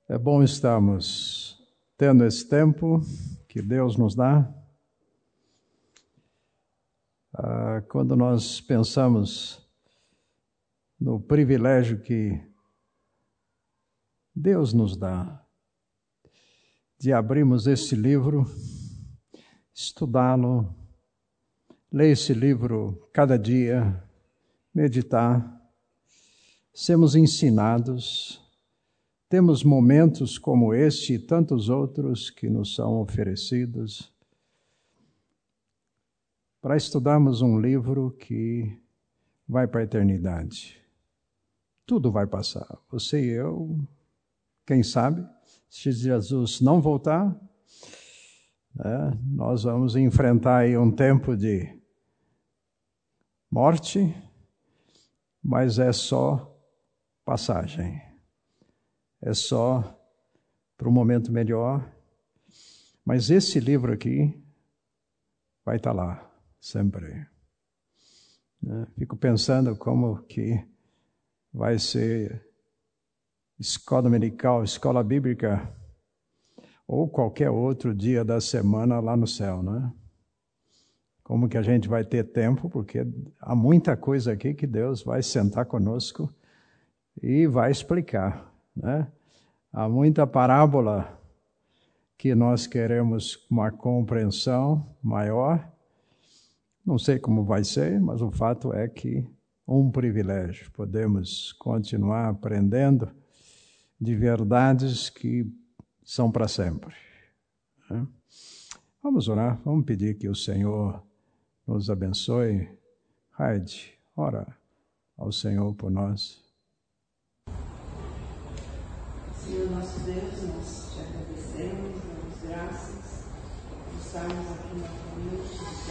É bom estarmos tendo esse tempo que Deus nos dá. Quando nós pensamos no privilégio que Deus nos dá de abrirmos esse livro, estudá-lo, ler esse livro cada dia, meditar, sermos ensinados. Temos momentos como este e tantos outros que nos são oferecidos para estudarmos um livro que vai para a eternidade. Tudo vai passar. Você e eu, quem sabe, se Jesus não voltar, nós vamos enfrentar aí um tempo de morte, mas é só passagem. É só para um momento melhor. Mas esse livro aqui vai estar lá, sempre. Fico pensando como que vai ser escola dominical, escola bíblica, ou qualquer outro dia da semana lá no céu, né? Como que a gente vai ter tempo, porque há muita coisa aqui que Deus vai sentar conosco e vai explicar, né? Há muita parábola que nós queremos uma compreensão maior. Não sei como vai ser, mas o fato é que um privilégio. Podemos continuar aprendendo de verdades que são para sempre. Vamos orar, vamos pedir que o Senhor nos abençoe. Raide, ora ao Senhor por nós. Senhor nosso Deus, nós te agradecemos, damos graças por estarmos aqui novamente,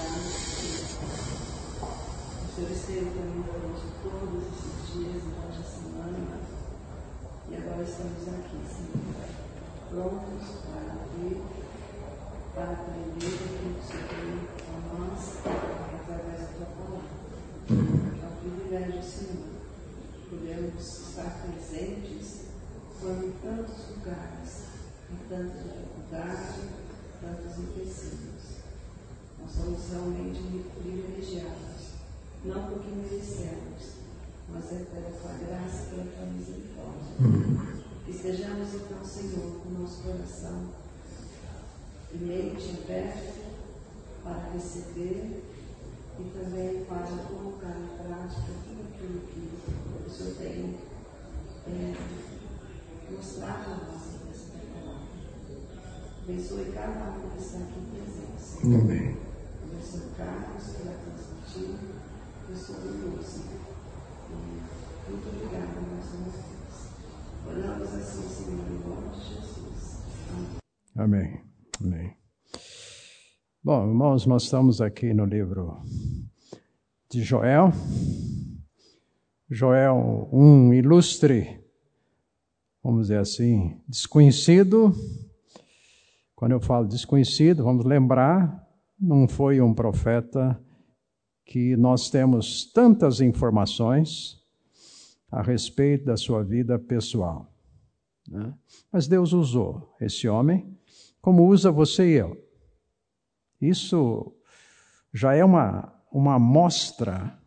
o Senhor esteve também durante todos esses dias, durante a semana, e agora estamos aqui, Senhor, prontos para ouvir, para aprender aquilo que o Senhor tem a nós, através da tua palavra. É um privilégio, Senhor, podermos estar presentes em tantos lugares, em tanta dificuldade, tantos empecilhos. Nós somos realmente muito privilegiados, não porque merecemos, mas é pela tua graça e pela tua misericórdia. Que estejamos então, Senhor, com o nosso coração e mente aberto para receber e também para colocar em prática tudo aquilo que o Senhor tem mostrar a nós essa palavra. Abençoe cada um que está aqui presente. Amém. Abençoe o Carlos, que vai transmitir. Abençoe o Lúcio. Muito obrigada, nós somos Deus. Oramos assim, Senhor, em nome de Jesus. Amém. Amém. Bom, irmãos, nós estamos aqui no livro de Joel. Joel, um ilustre, vamos dizer assim, desconhecido. Quando eu falo desconhecido, vamos lembrar, não foi um profeta que nós temos tantas informações a respeito da sua vida pessoal, né? Mas Deus usou esse homem como usa você e eu. Isso já é uma amostra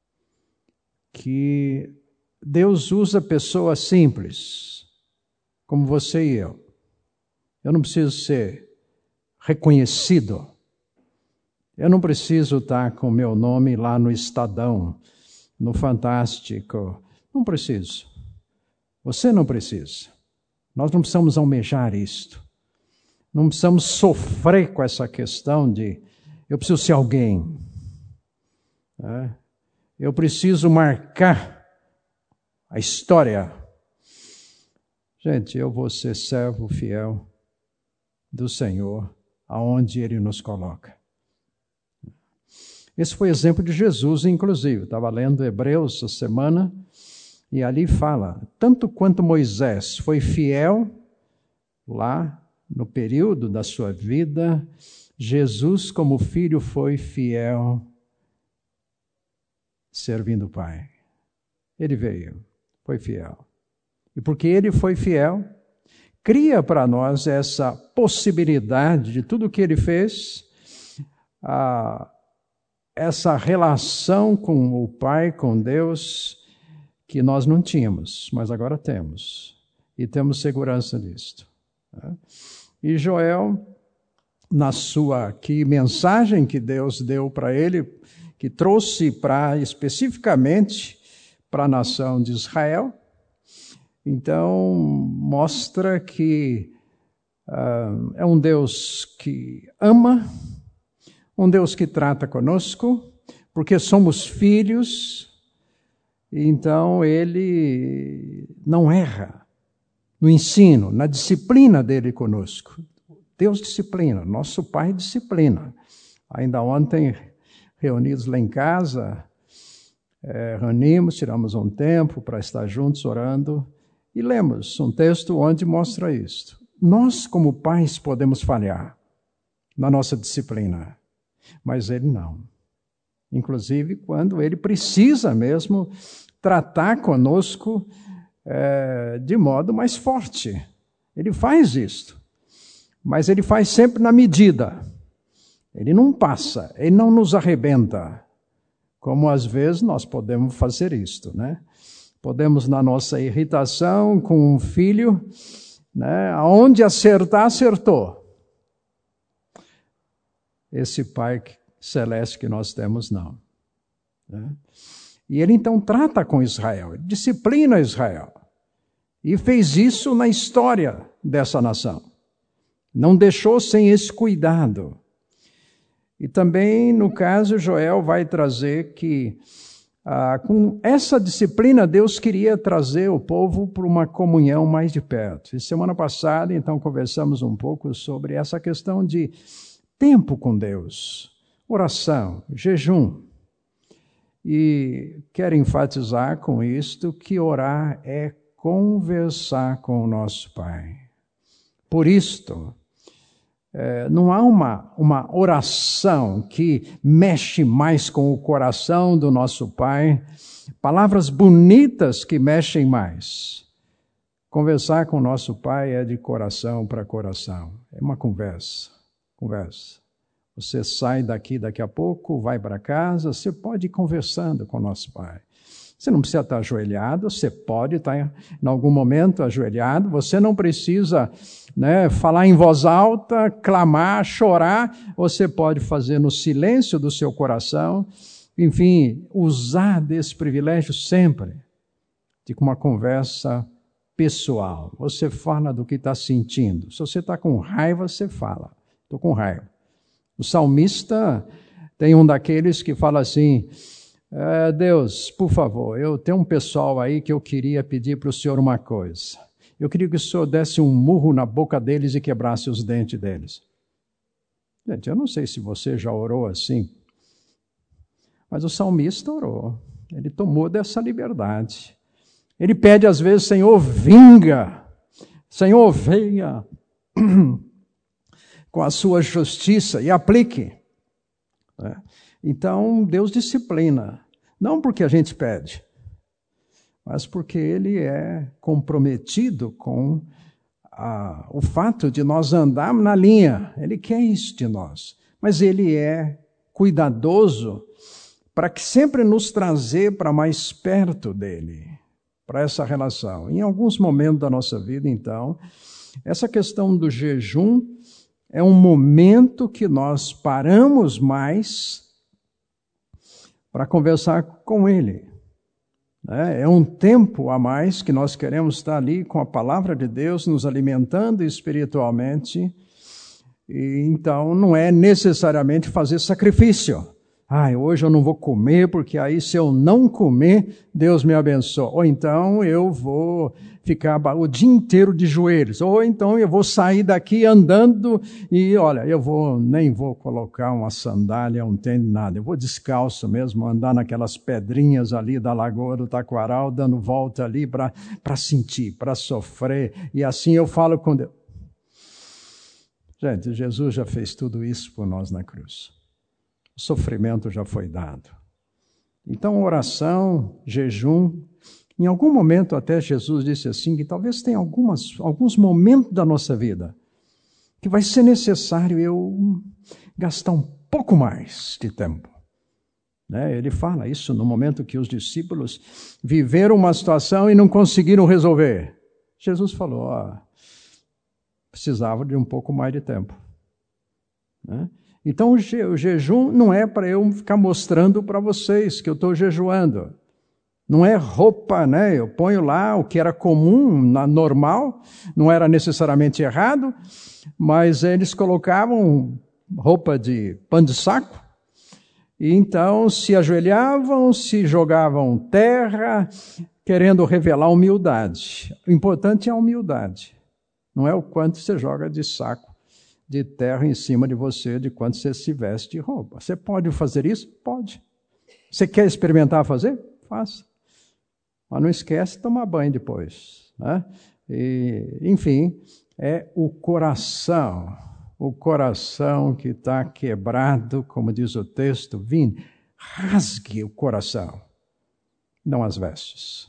que Deus usa pessoas simples, como você e eu. Eu não preciso ser reconhecido. Eu não preciso estar com meu nome lá no Estadão, no Fantástico. Não preciso. Você não precisa. Nós não precisamos almejar isto. Não precisamos sofrer com essa questão de eu preciso ser alguém. Eu preciso marcar a história. Gente, eu vou ser servo fiel do Senhor, aonde Ele nos coloca. Esse foi exemplo de Jesus, inclusive. Estava lendo Hebreus essa semana, e ali fala, tanto quanto Moisés foi fiel lá no período da sua vida, Jesus, como filho, foi fiel servindo o Pai. Ele veio, foi fiel. E porque ele foi fiel, cria para nós essa possibilidade de tudo que ele fez, essa relação com o Pai, com Deus, que nós não tínhamos, mas agora temos. E temos segurança disto. E Joel, na sua mensagem que Deus deu para ele, que trouxe especificamente para a nação de Israel, então mostra que é um Deus que ama, um Deus que trata conosco, porque somos filhos, então ele não erra no ensino, na disciplina dele conosco. Deus disciplina, nosso Pai disciplina. Ainda ontem, reunidos lá em casa, reunimos, tiramos um tempo para estar juntos orando e lemos um texto onde mostra isto. Nós, como pais, podemos falhar na nossa disciplina, mas ele não. Inclusive, quando ele precisa mesmo tratar conosco de modo mais forte. Ele faz isto, mas ele faz sempre na medida. Ele não passa, ele não nos arrebenta, como às vezes nós podemos fazer isto, né? Podemos, na nossa irritação com um filho, né, aonde acertar, acertou. Esse Pai celeste que nós temos, não. Né? E ele então trata com Israel, disciplina Israel. E fez isso na história dessa nação. Não deixou sem esse cuidado. E também, no caso, Joel vai trazer que com essa disciplina, Deus queria trazer o povo para uma comunhão mais de perto. E semana passada, então, conversamos um pouco sobre essa questão de tempo com Deus, oração, jejum. E quero enfatizar com isto que orar é conversar com o nosso Pai. Por isto, não há uma oração que mexe mais com o coração do nosso Pai, palavras bonitas que mexem mais. Conversar com o nosso Pai é de coração para coração, é uma conversa. Você sai daqui a pouco, vai para casa, você pode ir conversando com o nosso Pai. Você não precisa estar ajoelhado, você pode estar em algum momento ajoelhado, você não precisa, né, falar em voz alta, clamar, chorar, você pode fazer no silêncio do seu coração, enfim, usar desse privilégio sempre, de uma conversa pessoal. Você fala do que está sentindo. Se você está com raiva, você fala, estou com raiva. O salmista tem um daqueles que fala assim, Deus, por favor, eu tenho um pessoal aí que eu queria pedir para o Senhor uma coisa. Eu queria que o Senhor desse um murro na boca deles e quebrasse os dentes deles. Gente, eu não sei se você já orou assim, mas o salmista orou. Ele tomou dessa liberdade. Ele pede às vezes, Senhor, vinga. Senhor, venha com a sua justiça e aplique. Então, Deus disciplina. Não porque a gente pede, mas porque Ele é comprometido com o fato de nós andarmos na linha. Ele quer isso de nós. Mas Ele é cuidadoso para que sempre nos trazer para mais perto dEle, para essa relação. Em alguns momentos da nossa vida, então, essa questão do jejum é um momento que nós paramos mais para conversar com Ele. É um tempo a mais que nós queremos estar ali com a palavra de Deus, nos alimentando espiritualmente. E então não é necessariamente fazer sacrifício. Hoje eu não vou comer, porque aí se eu não comer, Deus me abençoa. Ou então eu vou ficar o dia inteiro de joelhos. Ou então eu vou sair daqui andando e, olha, nem vou colocar uma sandália, um tênis, nada. Eu vou descalço mesmo, andar naquelas pedrinhas ali da Lagoa do Taquaral, dando volta ali para sentir, para sofrer. E assim eu falo com Deus. Gente, Jesus já fez tudo isso por nós na cruz. O sofrimento já foi dado. Então, oração, jejum Em algum momento até Jesus disse assim, que talvez tenha alguns momentos da nossa vida que vai ser necessário eu gastar um pouco mais de tempo. Ele fala isso no momento que os discípulos viveram uma situação e não conseguiram resolver. Jesus falou, precisava de um pouco mais de tempo. Então o jejum não é para eu ficar mostrando para vocês que eu estou jejuando. Não é roupa, eu ponho lá o que era comum, normal, não era necessariamente errado, mas eles colocavam roupa de pano de saco, e então se ajoelhavam, se jogavam terra, querendo revelar humildade. O importante é a humildade, não é o quanto você joga de saco de terra em cima de você, de quanto você se veste de roupa. Você pode fazer isso? Pode. Você quer experimentar fazer? Faça. Mas não esquece de tomar banho depois. E, enfim, é o coração que está quebrado, como diz o texto, rasgue o coração, não as vestes.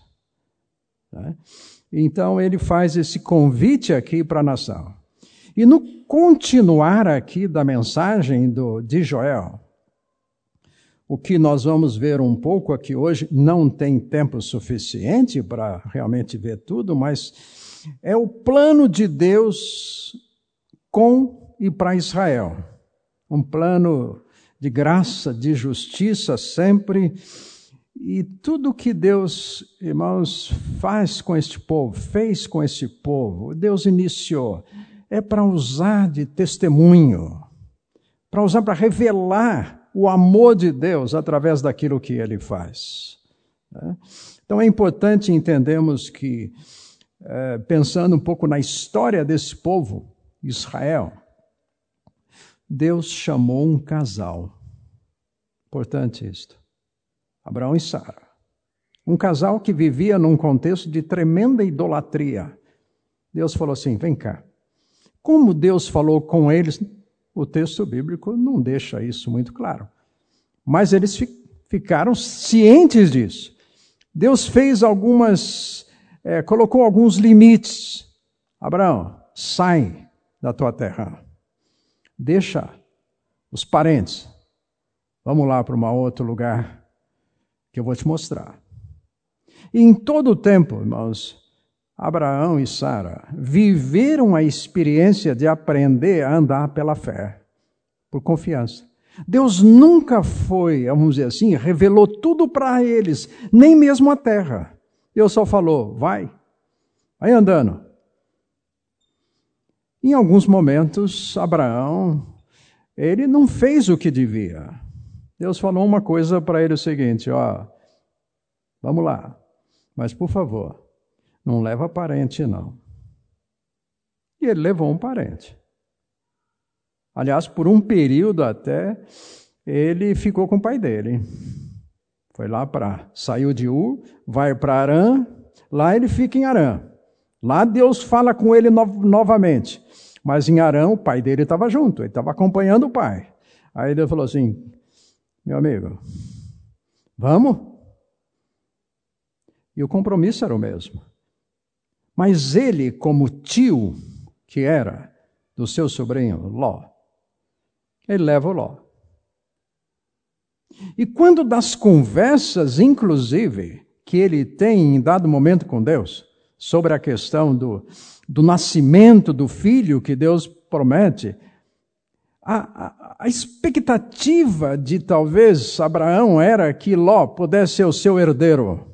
Então ele faz esse convite aqui para a nação. E no continuar aqui da mensagem de Joel, o que nós vamos ver um pouco aqui hoje, não tem tempo suficiente para realmente ver tudo, mas é o plano de Deus com e para Israel. Um plano de graça, de justiça sempre. E tudo que Deus, irmãos, fez com este povo, Deus iniciou, é para usar de testemunho, para usar para revelar o amor de Deus através daquilo que Ele faz. Então é importante entendermos que, pensando um pouco na história desse povo, Israel, Deus chamou um casal. Importante isto. Abraão e Sara. Um casal que vivia num contexto de tremenda idolatria. Deus falou assim, vem cá. Como Deus falou com eles, o texto bíblico não deixa isso muito claro. Mas eles ficaram cientes disso. Deus fez colocou alguns limites. Abraão, sai da tua terra. Deixa os parentes. Vamos lá para um outro lugar que eu vou te mostrar. E em todo o tempo, irmãos, Abraão e Sara viveram a experiência de aprender a andar pela fé, por confiança. Deus nunca vamos dizer assim, revelou tudo para eles, nem mesmo a terra. Deus só falou, vai andando. Em alguns momentos, Abraão, ele não fez o que devia. Deus falou uma coisa para ele, o seguinte, vamos lá, mas por favor, não leva parente, não. E ele levou um parente. Aliás, por um período até, ele ficou com o pai dele. Foi lá saiu de Ur, vai para Arã, lá ele fica em Arã. Lá Deus fala com ele novamente. Mas em Arã, o pai dele estava junto, ele estava acompanhando o pai. Aí Deus falou assim, meu amigo, vamos? E o compromisso era o mesmo. Mas ele, como tio que era do seu sobrinho Ló, ele leva o Ló. E quando das conversas, inclusive, que ele tem em dado momento com Deus, sobre a questão do nascimento do filho que Deus promete, a expectativa de talvez Abraão era que Ló pudesse ser o seu herdeiro.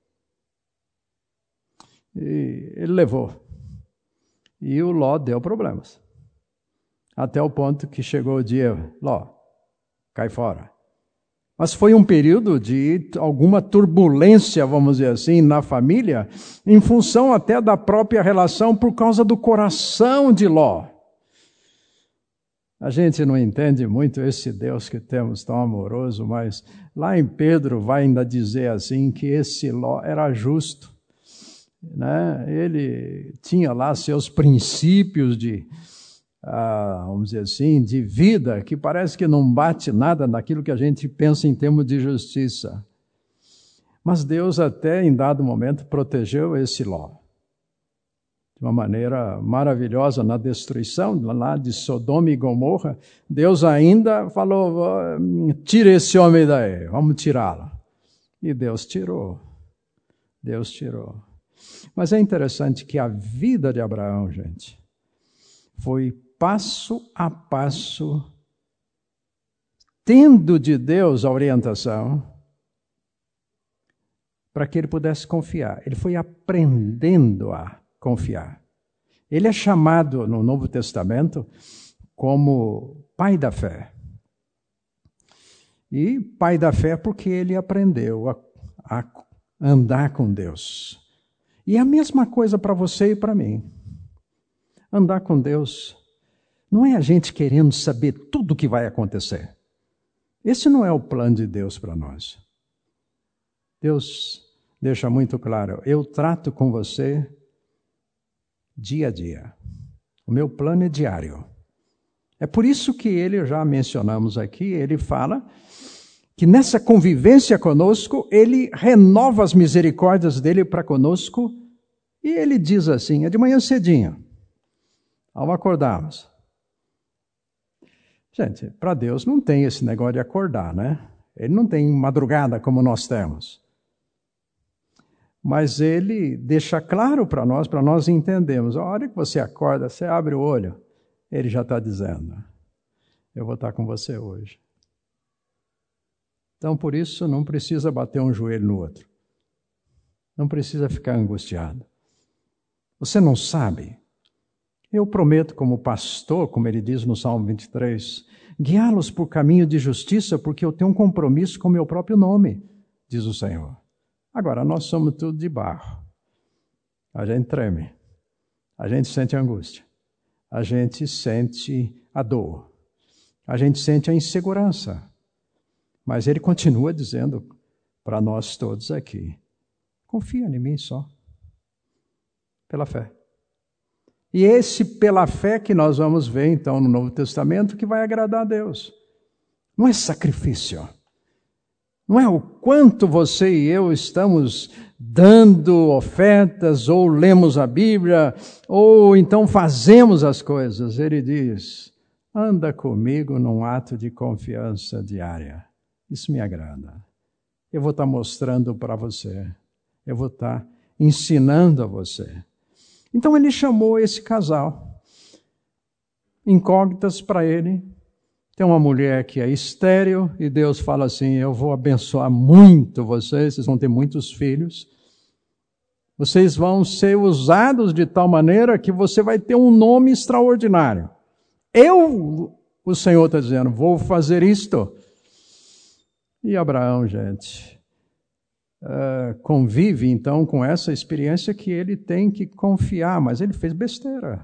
E ele levou. E o Ló deu problemas. Até o ponto que chegou o dia, Ló, cai fora. Mas foi um período de alguma turbulência, vamos dizer assim, na família, em função até da própria relação, por causa do coração de Ló. A gente não entende muito esse Deus que temos tão amoroso, mas lá em Pedro vai ainda dizer assim, que esse Ló era justo. Ele tinha lá seus princípios vamos dizer assim, de vida, que parece que não bate nada naquilo que a gente pensa em termos de justiça. Mas Deus até em dado momento protegeu esse Ló. De uma maneira maravilhosa na destruição lá de Sodoma e Gomorra, Deus ainda falou, tira esse homem daí, vamos tirá-lo. E Deus tirou. Deus tirou. Mas é interessante que a vida de Abraão, gente, foi passo a passo, tendo de Deus a orientação, para que ele pudesse confiar. Ele foi aprendendo a confiar. Ele é chamado no Novo Testamento como pai da fé. E pai da fé porque ele aprendeu a andar com Deus. E é a mesma coisa para você e para mim. Andar com Deus não é a gente querendo saber tudo o que vai acontecer. Esse não é o plano de Deus para nós. Deus deixa muito claro, eu trato com você dia a dia. O meu plano é diário. É por isso que ele, já mencionamos aqui, ele fala que nessa convivência conosco, ele renova as misericórdias dele para conosco e ele diz assim, é de manhã cedinho, ao acordarmos. Gente, para Deus não tem esse negócio de acordar, né? Ele não tem madrugada como nós temos. Mas ele deixa claro para nós entendermos. A hora que você acorda, você abre o olho, ele já está dizendo, eu vou estar com você hoje. Então, por isso, não precisa bater um joelho no outro. Não precisa ficar angustiado. Você não sabe? Eu prometo como pastor, como ele diz no Salmo 23, guiá-los por caminho de justiça, porque eu tenho um compromisso com o meu próprio nome, diz o Senhor. Agora, nós somos tudo de barro. A gente treme. A gente sente angústia. A gente sente a dor. A gente sente a insegurança. Mas ele continua dizendo para nós todos aqui, confia em mim só. Pela fé. E esse pela fé que nós vamos ver então no Novo Testamento que vai agradar a Deus. Não é sacrifício. Não é o quanto você e eu estamos dando ofertas, ou lemos a Bíblia, ou então fazemos as coisas. Ele diz, anda comigo num ato de confiança diária. Isso me agrada. Eu vou estar mostrando para você. Eu vou estar ensinando a você. Então ele chamou esse casal. Incógnitas para ele. Tem uma mulher que é estéril e Deus fala assim, eu vou abençoar muito vocês vão ter muitos filhos. Vocês vão ser usados de tal maneira que você vai ter um nome extraordinário. O Senhor está dizendo, vou fazer isto. E Abraão, gente, convive então com essa experiência que ele tem que confiar, mas ele fez besteira.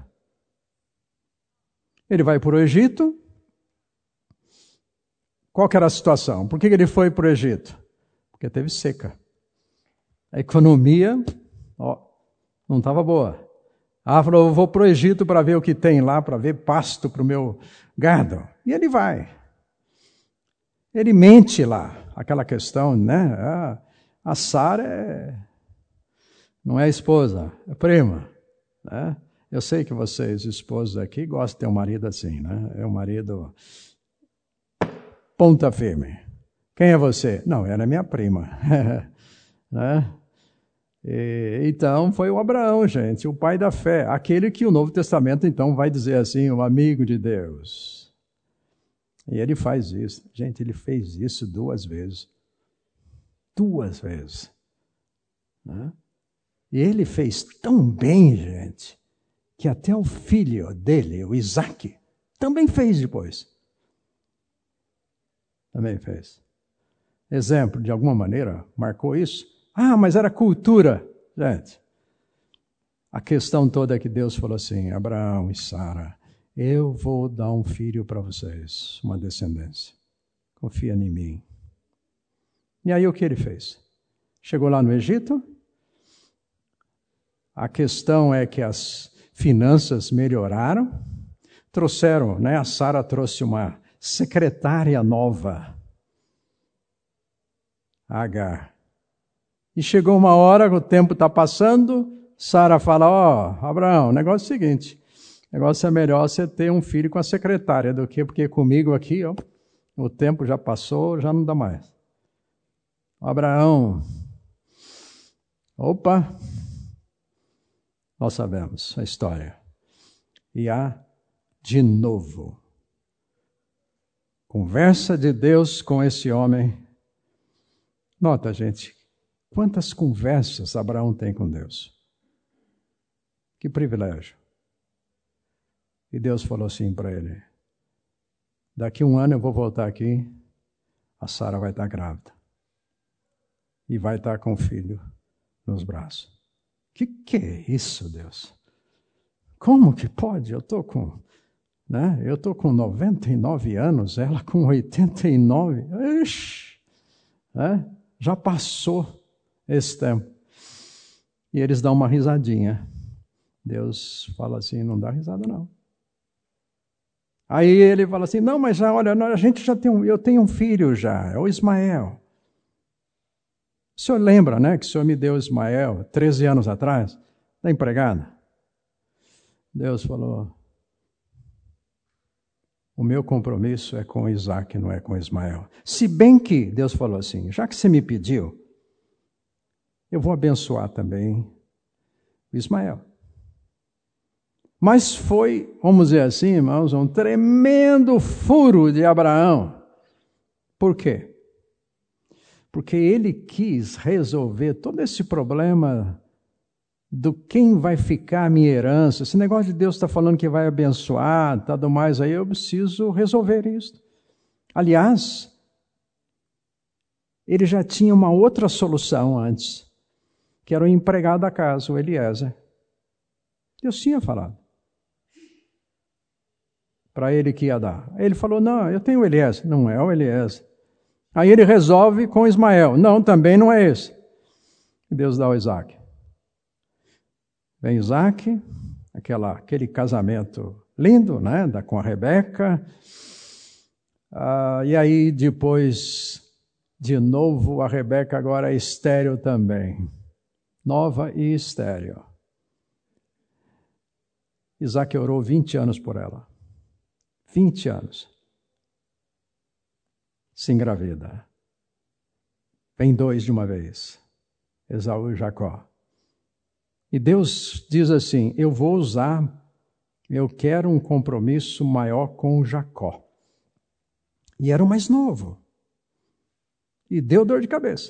Ele vai para o Egito. Qual que era a situação? Por que ele foi para o Egito? Porque teve seca. A economia não estava boa. Falou, eu vou para o Egito para ver o que tem lá, para ver pasto para o meu gado. E ele vai. Ele mente lá, aquela questão, né? A Sara não é esposa, é prima. Né? Eu sei que vocês, esposos aqui, gostam de ter um marido assim, né? É um marido ponta firme. Quem é você? Não, ela é minha prima. Né? Então, foi o Abraão, gente, o pai da fé. Aquele que o Novo Testamento, então, vai dizer assim, o amigo de Deus. E ele faz isso. Gente, ele fez isso 2 vezes. 2 vezes. Né? E ele fez tão bem, gente, que até o filho dele, o Isaac, também fez depois. Também fez. Exemplo, de alguma maneira, marcou isso. Mas era cultura. Gente, a questão toda é que Deus falou assim, Abraão e Sara, eu vou dar um filho para vocês, uma descendência. Confia em mim. E aí o que ele fez? Chegou lá no Egito. A questão é que as finanças melhoraram. Trouxeram, né? A Sara trouxe uma secretária nova, Agar. E chegou uma hora, o tempo está passando, Sara fala, Abraão, o negócio é o seguinte, o negócio é melhor você ter um filho com a secretária do que, porque comigo aqui, o tempo já passou, já não dá mais. Abraão, nós sabemos a história. E há, de novo, conversa de Deus com esse homem. Nota, gente, quantas conversas Abraão tem com Deus. Que privilégio. E Deus falou assim para ele, daqui 1 ano eu vou voltar aqui, a Sara vai estar grávida. E vai estar com o filho nos braços. Que é isso, Deus? Como que pode? Eu estou com 99 anos, ela com 89. Ixi, já passou esse tempo. E eles dão uma risadinha. Deus fala assim, não dá risada não. Aí ele fala assim, não, mas já, olha, a gente já eu tenho um filho já, é o Ismael. O senhor lembra, né, que o senhor me deu Ismael 13 anos atrás, da empregada? Deus falou, o meu compromisso é com Isaac, não é com Ismael. Se bem que, Deus falou assim, já que você me pediu, eu vou abençoar também o Ismael. Mas foi, vamos dizer assim, irmãos, um tremendo furo de Abraão. Por quê? Porque ele quis resolver todo esse problema do quem vai ficar a minha herança. Esse negócio de Deus está falando que vai abençoar, tudo mais, aí eu preciso resolver isso. Aliás, ele já tinha uma outra solução antes, que era o empregado da casa, o Eliezer. Deus tinha falado para ele que ia dar. Ele falou, não, eu tenho o Eliezer. Não é o Eliezer. Aí ele resolve com Ismael. Não, também não é esse. E Deus dá o Isaac. Vem Isaac, aquele casamento lindo, né, com a Rebeca. E aí depois, de novo, a Rebeca agora é estéril também. Nova e estéril. Isaac orou 20 anos por ela. 20 anos. Se engravida. Vem 2 de uma vez. Esaú e Jacó. E Deus diz assim, eu quero um compromisso maior com Jacó. E era o mais novo. E deu dor de cabeça.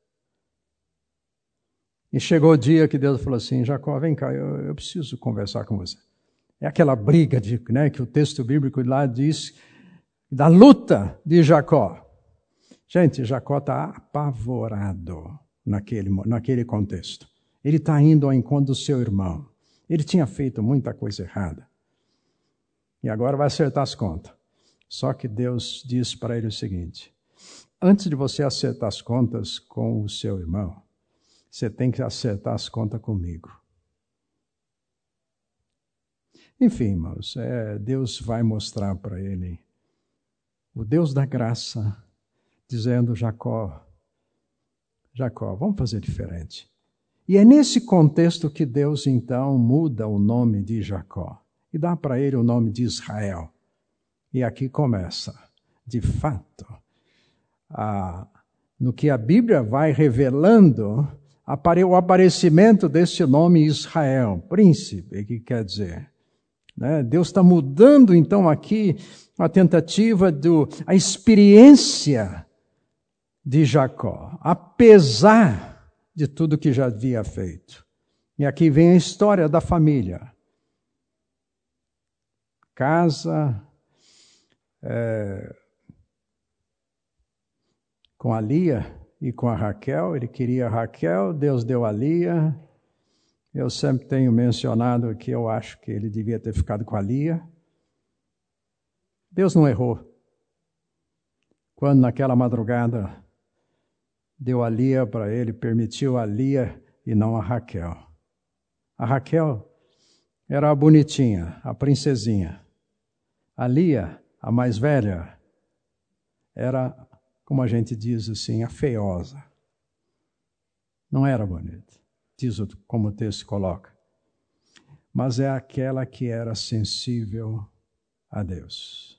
E chegou o dia que Deus falou assim, Jacó, vem cá, eu preciso conversar com você. É aquela briga que o texto bíblico lá diz, da luta de Jacó. Gente, Jacó está apavorado naquele contexto. Ele está indo ao encontro do seu irmão. Ele tinha feito muita coisa errada. E agora vai acertar as contas. Só que Deus diz para ele o seguinte, antes de você acertar as contas com o seu irmão, você tem que acertar as contas comigo. Enfim, irmãos, Deus vai mostrar para ele, o Deus da graça, dizendo, Jacó, vamos fazer diferente. E é nesse contexto que Deus, então, muda o nome de Jacó e dá para ele o nome de Israel. E aqui começa, de fato, no que a Bíblia vai revelando, o aparecimento desse nome Israel, príncipe, que quer dizer. Deus está mudando, então, aqui a tentativa a experiência de Jacó, apesar de tudo que já havia feito. E aqui vem a história da família. Casa com a Lia e com a Raquel. Ele queria a Raquel, Deus deu a Lia. Eu sempre tenho mencionado que eu acho que ele devia ter ficado com a Lia. Deus não errou. Quando naquela madrugada deu a Lia para ele, permitiu a Lia e não a Raquel. A Raquel era a bonitinha, a princesinha. A Lia, a mais velha, era, como a gente diz assim, a feiosa. Não era bonita, diz como o texto coloca. Mas é aquela que era sensível a Deus.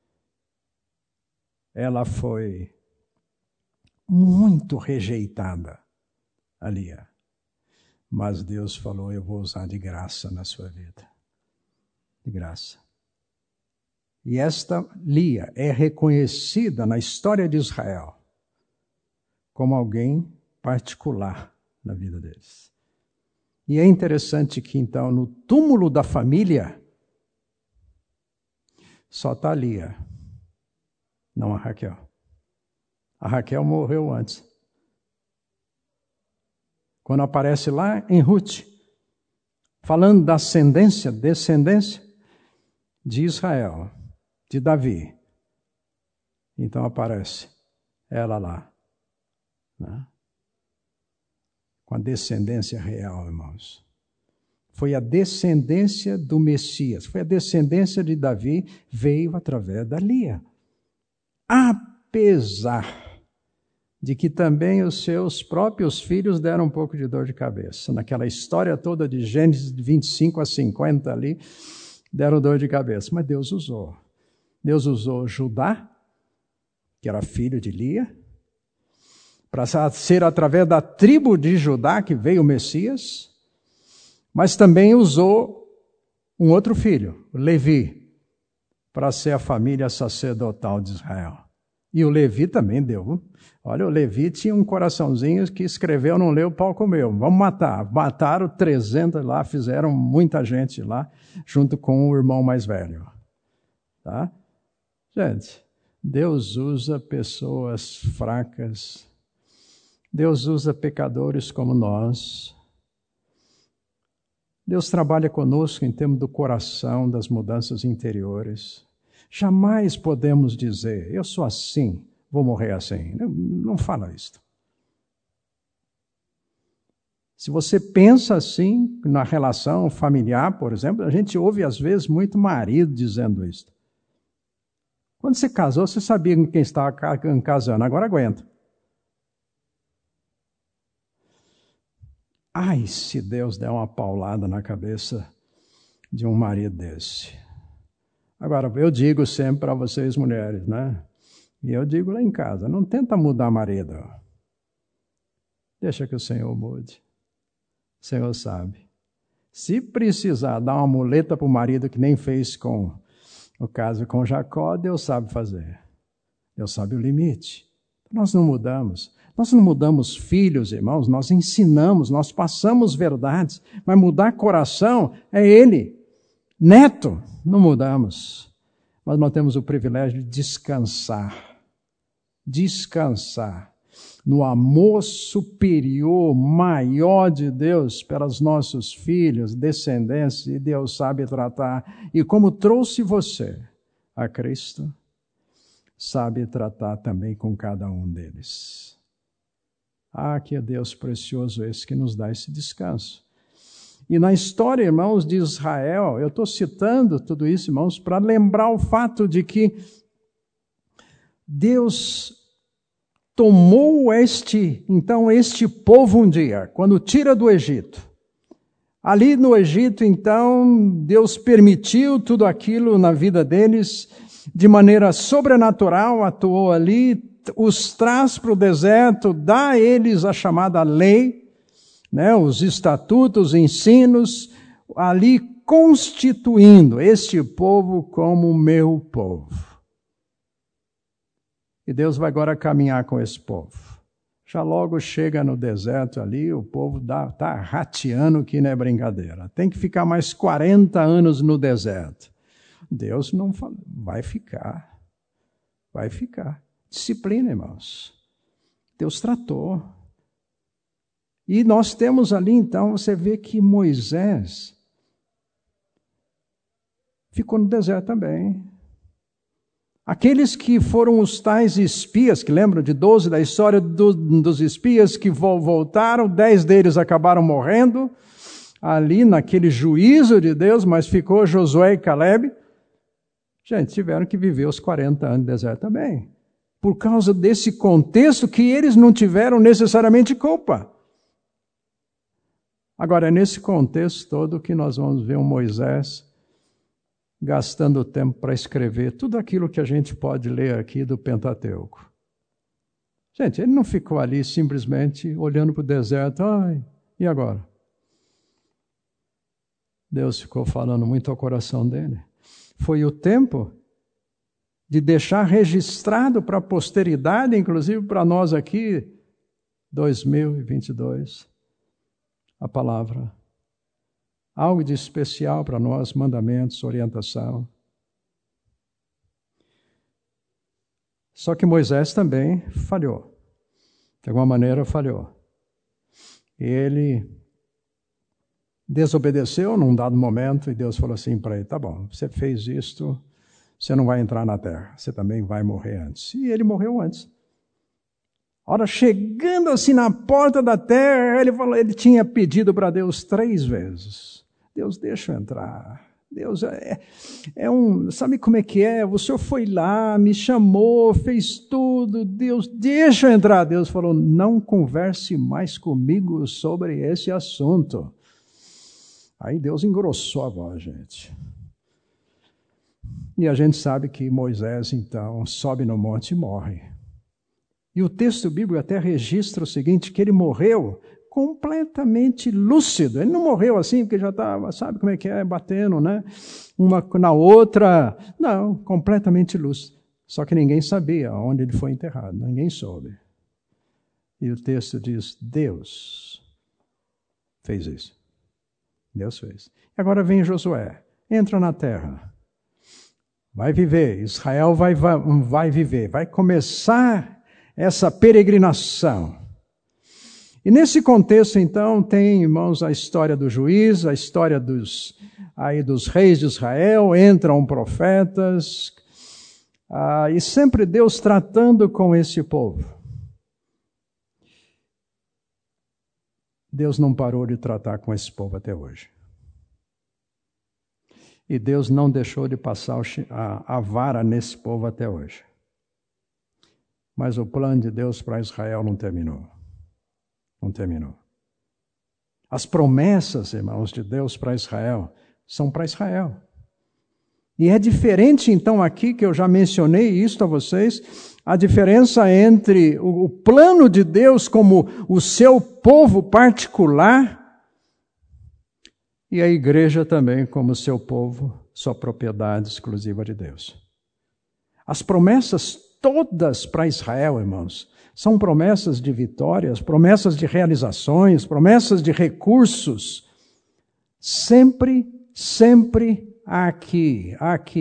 Ela foi muito rejeitada, a Lia. Mas Deus falou, eu vou usar de graça na sua vida. De graça. E esta Lia é reconhecida na história de Israel como alguém particular na vida deles. E é interessante que então no túmulo da família só está Lia, não a Raquel. A Raquel morreu antes. Quando aparece lá em Ruth, falando da descendência de Israel, de Davi. Então aparece ela lá, né? Com a descendência real, irmãos. Foi a descendência do Messias, foi a descendência de Davi, veio através da Lia. Apesar de que também os seus próprios filhos deram um pouco de dor de cabeça. Naquela história toda de Gênesis 25 a 50 ali, deram dor de cabeça. Mas Deus usou. Deus usou Judá, que era filho de Lia, para ser através da tribo de Judá que veio o Messias, mas também usou um outro filho, Levi, para ser a família sacerdotal de Israel. E o Levi também deu. Olha, o Levi tinha um coraçãozinho que escreveu, não leu, o pau comeu. Vamos matar. Mataram 300 lá, fizeram muita gente lá, junto com o irmão mais velho. Tá? Gente, Deus usa pessoas fracas. Deus usa pecadores como nós. Deus trabalha conosco em termos do coração, das mudanças interiores. Jamais podemos dizer, eu sou assim, vou morrer assim. Não fala isso. Se você pensa assim, na relação familiar, por exemplo, a gente ouve às vezes muito marido dizendo isso. Quando você casou, você sabia com quem estava casando, agora aguenta. Ai, se Deus der uma paulada na cabeça de um marido desse. Agora, eu digo sempre para vocês mulheres, né? E eu digo lá em casa, não tenta mudar marido. Deixa que o Senhor mude. O Senhor sabe. Se precisar dar uma muleta para o marido que nem fez com o caso com Jacó, Deus sabe fazer. Deus sabe o limite. Nós não mudamos. Nós não mudamos filhos, irmãos. Nós ensinamos, nós passamos verdades. Mas mudar coração é Ele. Neto, não mudamos, mas nós temos o privilégio de descansar no amor superior, maior de Deus pelos nossos filhos, descendentes, e Deus sabe tratar. E como trouxe você a Cristo, sabe tratar também com cada um deles. Ah, que é Deus precioso esse que nos dá esse descanso. E na história, irmãos, de Israel, eu estou citando tudo isso, irmãos, para lembrar o fato de que Deus tomou este povo um dia, quando tira do Egito. Ali no Egito, então, Deus permitiu tudo aquilo na vida deles, de maneira sobrenatural, atuou ali, os traz para o deserto, dá a eles a chamada lei, né, os estatutos, ensinos, ali constituindo este povo como meu povo. E Deus vai agora caminhar com esse povo. Já logo chega no deserto ali, o povo está rateando que não é brincadeira. Tem que ficar mais 40 anos no deserto. Deus não fala, vai ficar. Disciplina, irmãos. Deus tratou. E nós temos ali, então, você vê que Moisés ficou no deserto também. Aqueles que foram os tais espias, que lembram de 12 da história dos espias que voltaram, 10 deles acabaram morrendo, ali naquele juízo de Deus, mas ficou Josué e Caleb. Gente, tiveram que viver os 40 anos no deserto também. Por causa desse contexto que eles não tiveram necessariamente culpa. Agora, é nesse contexto todo que nós vamos ver um Moisés gastando tempo para escrever tudo aquilo que a gente pode ler aqui do Pentateuco. Gente, ele não ficou ali simplesmente olhando para o deserto, e agora? Deus ficou falando muito ao coração dele. Foi o tempo de deixar registrado para a posteridade, inclusive para nós aqui, 2022, a palavra. Algo de especial para nós, mandamentos, orientação. Só que Moisés também falhou. De alguma maneira falhou. Ele desobedeceu num dado momento e Deus falou assim para ele, tá bom, você fez isto, você não vai entrar na terra, você também vai morrer antes. E ele morreu antes. Ora, chegando assim na porta da terra, ele tinha pedido para Deus 3 vezes. Deus, deixa eu entrar. Deus, sabe como é que é? O Senhor foi lá, me chamou, fez tudo. Deus, deixa eu entrar. Deus falou, não converse mais comigo sobre esse assunto. Aí Deus engrossou a voz, gente. E a gente sabe que Moisés, então, sobe no monte e morre. E o texto bíblico até registra o seguinte, que ele morreu completamente lúcido. Ele não morreu assim, porque já estava, sabe como é que é, batendo, né? Uma na outra. Não, completamente lúcido. Só que ninguém sabia onde ele foi enterrado, ninguém soube. E o texto diz, Deus fez isso. Deus fez. E agora vem Josué, entra na terra. Vai viver, Israel vai viver, vai começar essa peregrinação. E nesse contexto, então, tem, irmãos, a história do juiz, a história dos reis de Israel, entram profetas, e sempre Deus tratando com esse povo. Deus não parou de tratar com esse povo até hoje. E Deus não deixou de passar a vara nesse povo até hoje. Mas o plano de Deus para Israel não terminou. Não terminou. As promessas, irmãos, de Deus para Israel, são para Israel. E é diferente, então, aqui, que eu já mencionei isso a vocês, a diferença entre o plano de Deus como o seu povo particular e a igreja também como seu povo, sua propriedade exclusiva de Deus. As promessas todas para Israel, irmãos, são promessas de vitórias, promessas de realizações, promessas de recursos. Sempre, sempre aqui.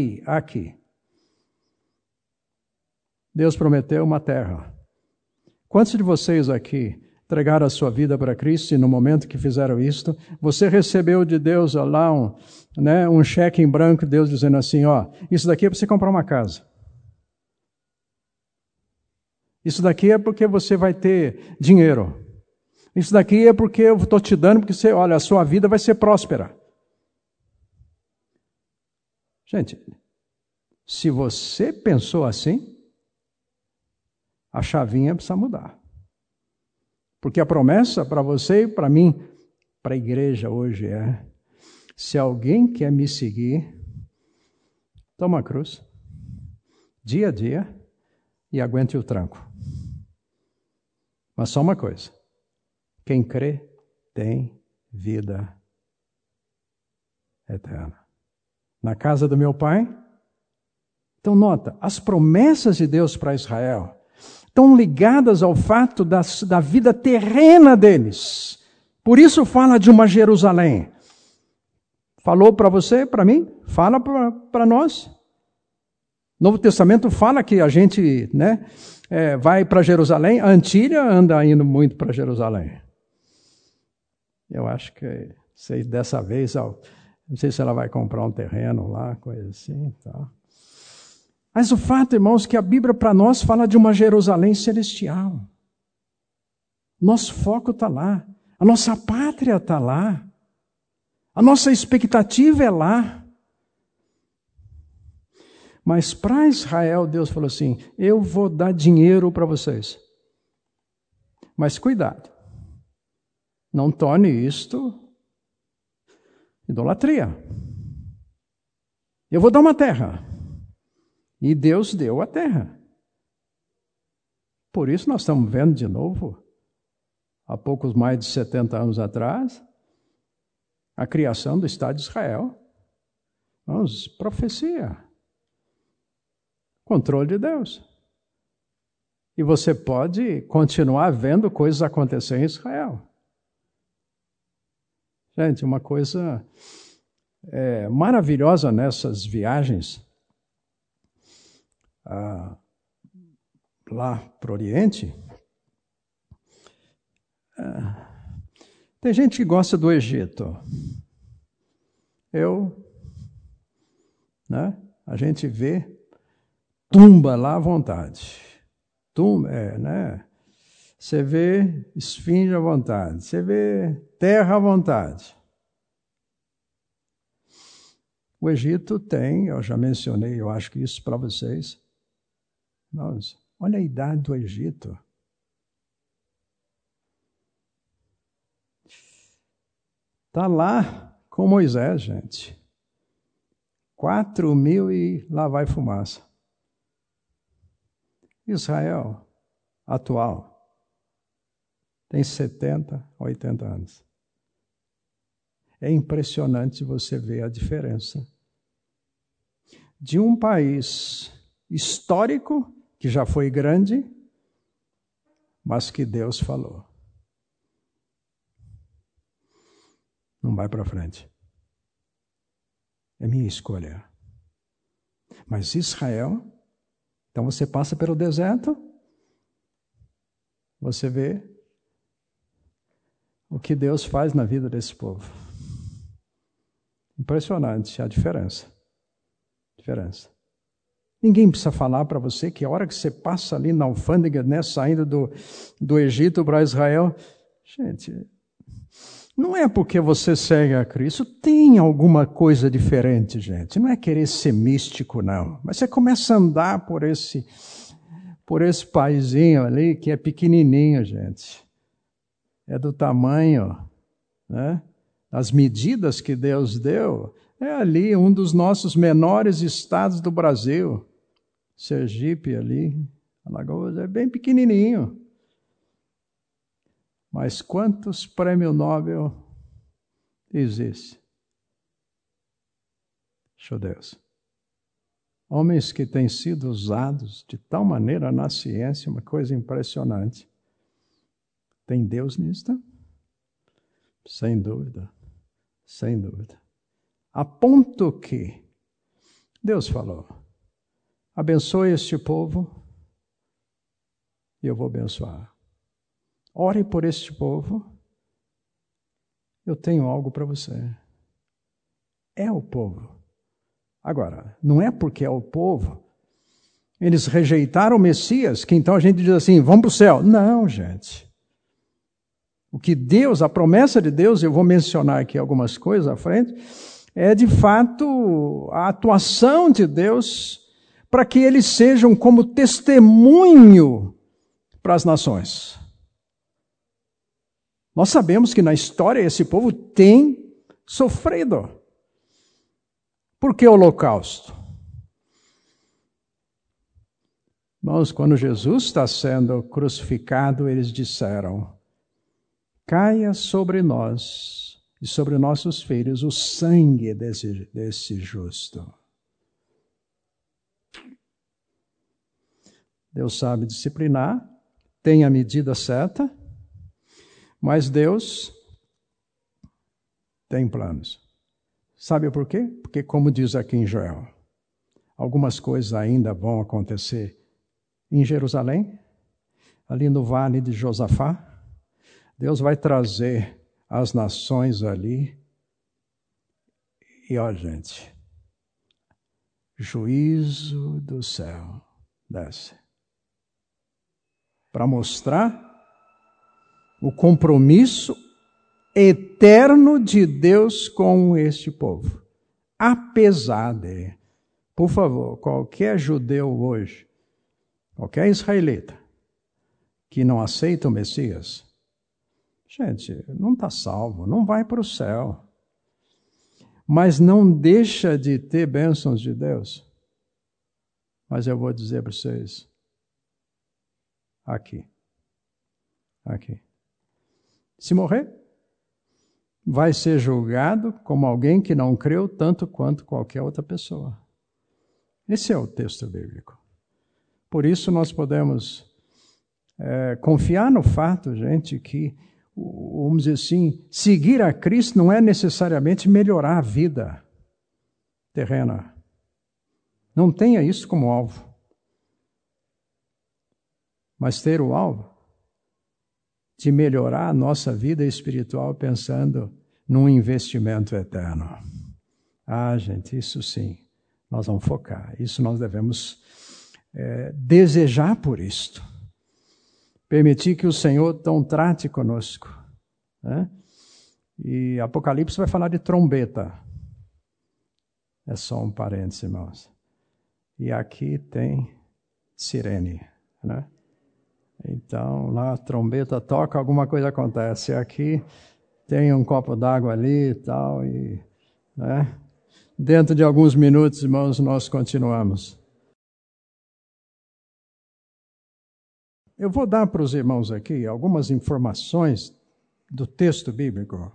Deus prometeu uma terra. Quantos de vocês aqui entregaram a sua vida para Cristo e no momento que fizeram isto, você recebeu de Deus lá um cheque em branco, Deus dizendo assim, isso daqui é para você comprar uma casa. Isso daqui é porque você vai ter dinheiro. Isso daqui é porque eu estou te dando, porque a sua vida vai ser próspera. Gente, se você pensou assim, a chavinha precisa mudar. Porque a promessa para você e para mim, para a igreja hoje se alguém quer me seguir, toma a cruz, dia a dia, e aguente o tranco. Mas só uma coisa, quem crê tem vida eterna. Na casa do meu Pai. Então nota, as promessas de Deus para Israel estão ligadas ao fato da vida terrena deles. Por isso fala de uma Jerusalém. Falou para você, para mim? Fala para nós. Novo Testamento fala que a gente vai para Jerusalém. A Antília anda indo muito para Jerusalém. Eu acho que dessa vez, não sei se ela vai comprar um terreno lá, coisa assim. Tá. Mas o fato, irmãos, que a Bíblia para nós fala de uma Jerusalém celestial. Nosso foco está lá. A nossa pátria está lá. A nossa expectativa é lá. Mas para Israel, Deus falou assim, eu vou dar dinheiro para vocês. Mas cuidado, não torne isto Idolatria. Eu vou dar uma terra. E Deus deu a terra. Por isso nós estamos vendo de novo, há poucos mais de 70 anos atrás, a criação do Estado de Israel. Vamos, profecia. Controle de Deus. E você pode continuar vendo coisas acontecer em Israel. Gente, uma coisa maravilhosa nessas viagens lá para o Oriente. Tem gente que gosta do Egito. A gente vê tumba lá à vontade. Você vê esfinge à vontade. Você vê terra à vontade. O Egito tem, eu já mencionei, eu acho que isso para vocês. Mas, olha a idade do Egito. Está lá com Moisés, gente. 4.000 e lá vai fumaça. Israel, atual, tem 70, 80 anos. É impressionante você ver a diferença de um país histórico, que já foi grande, mas que Deus falou. Não vai para frente. É minha escolha. Mas Israel, então você passa pelo deserto, você vê o que Deus faz na vida desse povo. Impressionante a diferença. Ninguém precisa falar para você que a hora que você passa ali na alfândega, saindo do Egito para Israel, gente, não é porque você segue a Cristo, tem alguma coisa diferente, gente. Não é querer ser místico, não. Mas você começa a andar por esse paizinho ali, que é pequenininho, gente. É do tamanho, as medidas que Deus deu, é ali um dos nossos menores estados do Brasil. Sergipe ali, Alagoas, é bem pequenininho. Mas quantos prêmios Nobel existem? Deus. Homens que têm sido usados de tal maneira na ciência, uma coisa impressionante. Tem Deus nisto? Sem dúvida. A ponto que Deus falou, abençoe este povo e eu vou abençoar. Ore por este povo, eu tenho algo para você. É o povo. Agora, não é porque é o povo, eles rejeitaram o Messias, que então a gente diz assim, vamos para o céu. Não, gente. O que Deus, a promessa de Deus, eu vou mencionar aqui algumas coisas à frente, é de fato a atuação de Deus para que eles sejam como testemunho para as nações. Nós sabemos que na história esse povo tem sofrido. Por que o holocausto? Irmãos, quando Jesus está sendo crucificado, eles disseram, caia sobre nós e sobre nossos filhos o sangue desse justo. Deus sabe disciplinar, tem a medida certa, mas Deus tem planos. Sabe por quê? Porque, como diz aqui em Joel, algumas coisas ainda vão acontecer em Jerusalém, ali no vale de Josafá. Deus vai trazer as nações ali. E, ó, gente, juízo do céu desce. Para mostrar o compromisso eterno de Deus com este povo. Apesar de, por favor, qualquer judeu hoje, qualquer israelita, que não aceita o Messias, gente, não está salvo, não vai para o céu. mas não deixa de ter bênçãos de Deus. Mas eu vou dizer para vocês, aqui. Se morrer, vai ser julgado como alguém que não creu tanto quanto qualquer outra pessoa. Esse é o texto bíblico. Por isso nós podemos confiar no fato, gente, que, vamos dizer assim, seguir a Cristo não é necessariamente melhorar a vida terrena. Não tenha isso como alvo. Mas ter o alvo de melhorar a nossa vida espiritual pensando num investimento eterno. Gente, isso sim, nós vamos focar. Isso nós devemos desejar por isto. Permitir que o Senhor então trate conosco. Né? E Apocalipse vai falar de trombeta. É só um parênteses, irmãos. E aqui tem sirene, né? Então, lá a trombeta toca, alguma coisa acontece. Aqui tem um copo d'água ali e tal, né? Dentro de alguns minutos, irmãos, nós continuamos. Eu vou dar para os irmãos aqui algumas informações do texto bíblico,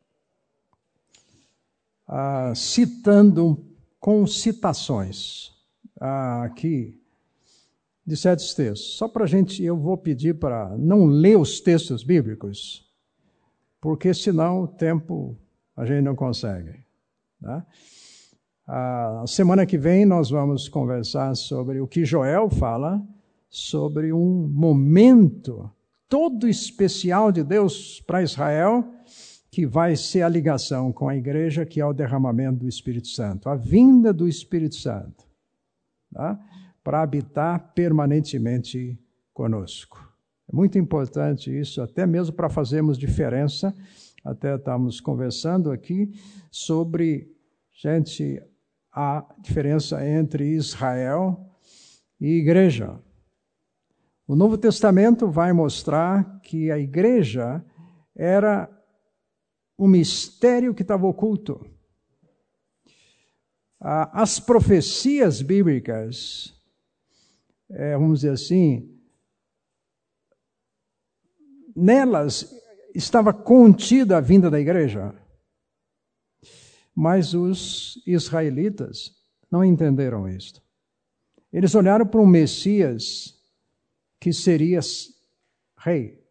citando com citações aqui de certos textos. Só para a gente, eu vou pedir para não ler os textos bíblicos, porque senão o tempo a gente não consegue. Tá? A semana que vem nós vamos conversar sobre o que Joel fala, sobre um momento todo especial de Deus para Israel, que vai ser a ligação com a igreja, que é o derramamento do Espírito Santo, a vinda do Espírito Santo, tá? Para habitar permanentemente conosco. É muito importante isso, até mesmo para fazermos diferença. Até estamos conversando aqui sobre, gente, a diferença entre Israel e igreja. O Novo Testamento vai mostrar que a igreja era um mistério que estava oculto. As profecias bíblicas, vamos dizer assim, nelas estava contida a vinda da igreja. Mas os israelitas não entenderam isto. Eles olharam para um Messias que seria rei.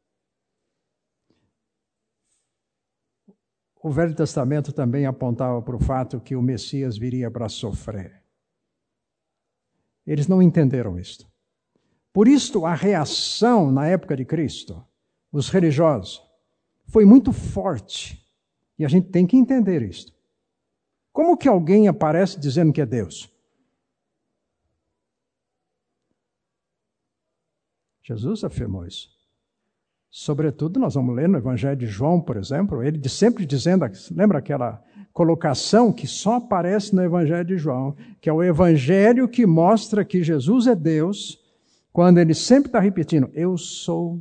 O Velho Testamento também apontava para o fato que o Messias viria para sofrer. Eles não entenderam isto. Por isto, a reação na época de Cristo, os religiosos, foi muito forte. E a gente tem que entender isto. Como que alguém aparece dizendo que é Deus? Jesus afirmou isso. Sobretudo, nós vamos ler no Evangelho de João, por exemplo, ele sempre dizendo, lembra aquela colocação que só aparece no Evangelho de João, que é o Evangelho que mostra que Jesus é Deus, quando ele sempre está repetindo, eu sou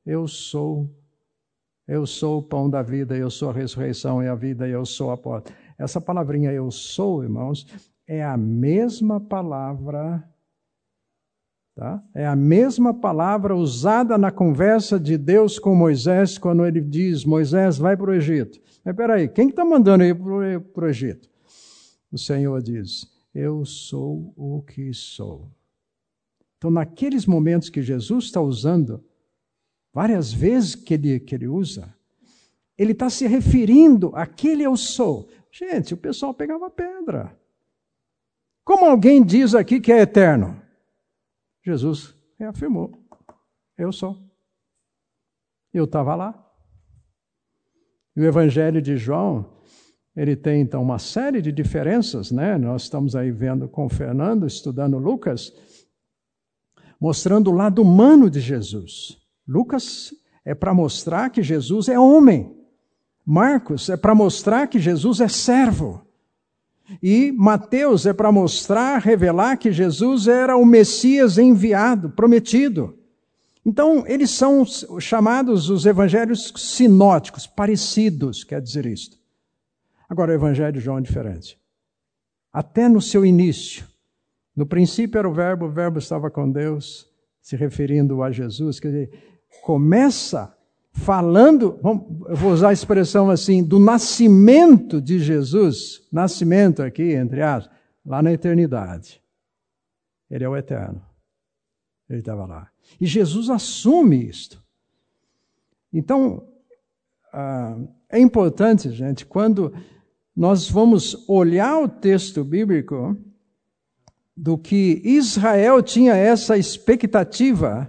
o pão da vida, eu sou a ressurreição e a vida, eu sou a porta. Essa palavrinha eu sou, irmãos, é a mesma palavra, tá? É a mesma palavra usada na conversa de Deus com Moisés, quando ele diz, Moisés, vai para o Egito. Mas peraí, quem está mandando ir para o Egito? O Senhor diz, eu sou o que sou. Então, naqueles momentos que Jesus está usando, várias vezes que ele usa, ele está se referindo àquele eu sou. Gente, o pessoal pegava pedra. Como alguém diz aqui que é eterno? Jesus reafirmou, eu sou. Eu estava lá. E o Evangelho de João, ele tem então uma série de diferenças, né? Nós estamos aí vendo com o Fernando, estudando Lucas, mostrando o lado humano de Jesus. Lucas é para mostrar que Jesus é homem. Marcos é para mostrar que Jesus é servo. E Mateus é para mostrar, revelar que Jesus era o Messias enviado, prometido. Então, eles são chamados os evangelhos sinóticos, parecidos, quer dizer isto. Agora, o Evangelho de João é diferente. Até no seu início, no princípio era o Verbo estava com Deus, se referindo a Jesus. Quer dizer, começa falando, eu vou usar a expressão assim, do nascimento de Jesus, nascimento aqui, entre aspas, lá na eternidade. Ele é o eterno. Ele estava lá. E Jesus assume isto. Então, é importante, gente, quando nós vamos olhar o texto bíblico, do que Israel tinha essa expectativa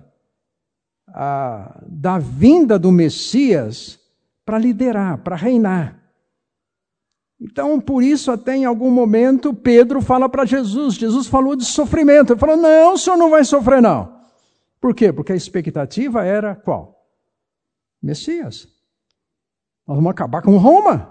da vinda do Messias para liderar, para reinar. Então, por isso, até em algum momento, Pedro fala para Jesus. Jesus falou de sofrimento. Ele falou, não, o senhor não vai sofrer, não. Por quê? Porque a expectativa era qual? Messias. Nós vamos acabar com Roma.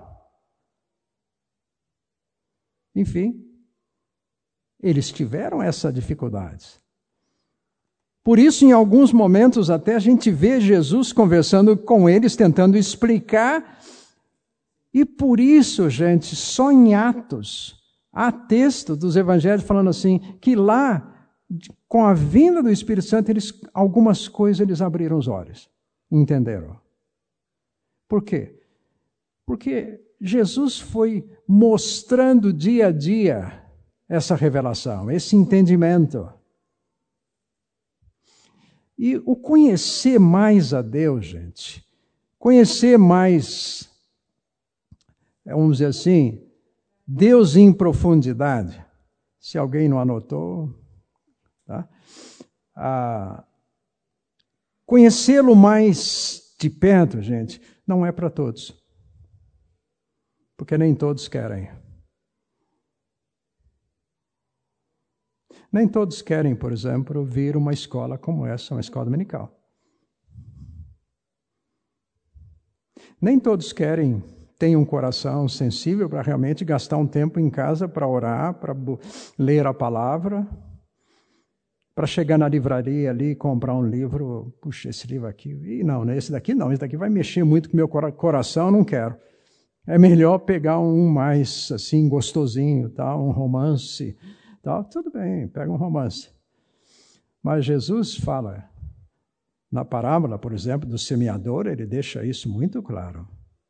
Enfim, eles tiveram essa dificuldade. Por isso, em alguns momentos, até a gente vê Jesus conversando com eles, tentando explicar. E por isso, gente, só em Atos, há texto dos evangelhos falando assim, que lá, com a vinda do Espírito Santo, algumas coisas eles abriram os olhos, entenderam. Por quê? Porque Jesus foi mostrando dia a dia essa revelação, esse entendimento. E o conhecer mais a Deus, gente, conhecer mais, vamos dizer assim, Deus em profundidade, se alguém não anotou, tá? Conhecê-lo mais de perto, gente, não é para todos. Porque nem todos querem. Nem todos querem, por exemplo, vir uma escola como essa, uma escola dominical. Nem todos querem, têm um coração sensível para realmente gastar um tempo em casa para orar, para ler a palavra, para chegar na livraria ali e comprar um livro. Puxa, esse livro aqui, não, esse daqui não, esse daqui vai mexer muito com o meu coração, eu não quero. É melhor pegar um mais assim gostosinho, tá? Um romance, tá? Tudo bem, pega um romance. Mas Jesus fala, na parábola, por exemplo, do semeador, ele deixa isso muito claro.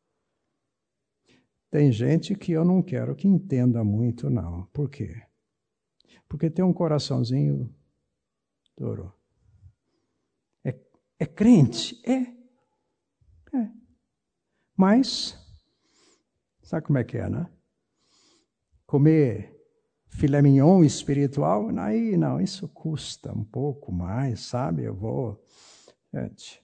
Tem gente que eu não quero que entenda muito, não. Por quê? Porque tem um coraçãozinho duro. É crente? É. Mas, sabe como é que é, né? Comer filé mignon espiritual, aí não, isso custa um pouco mais, sabe? Eu vou... Gente,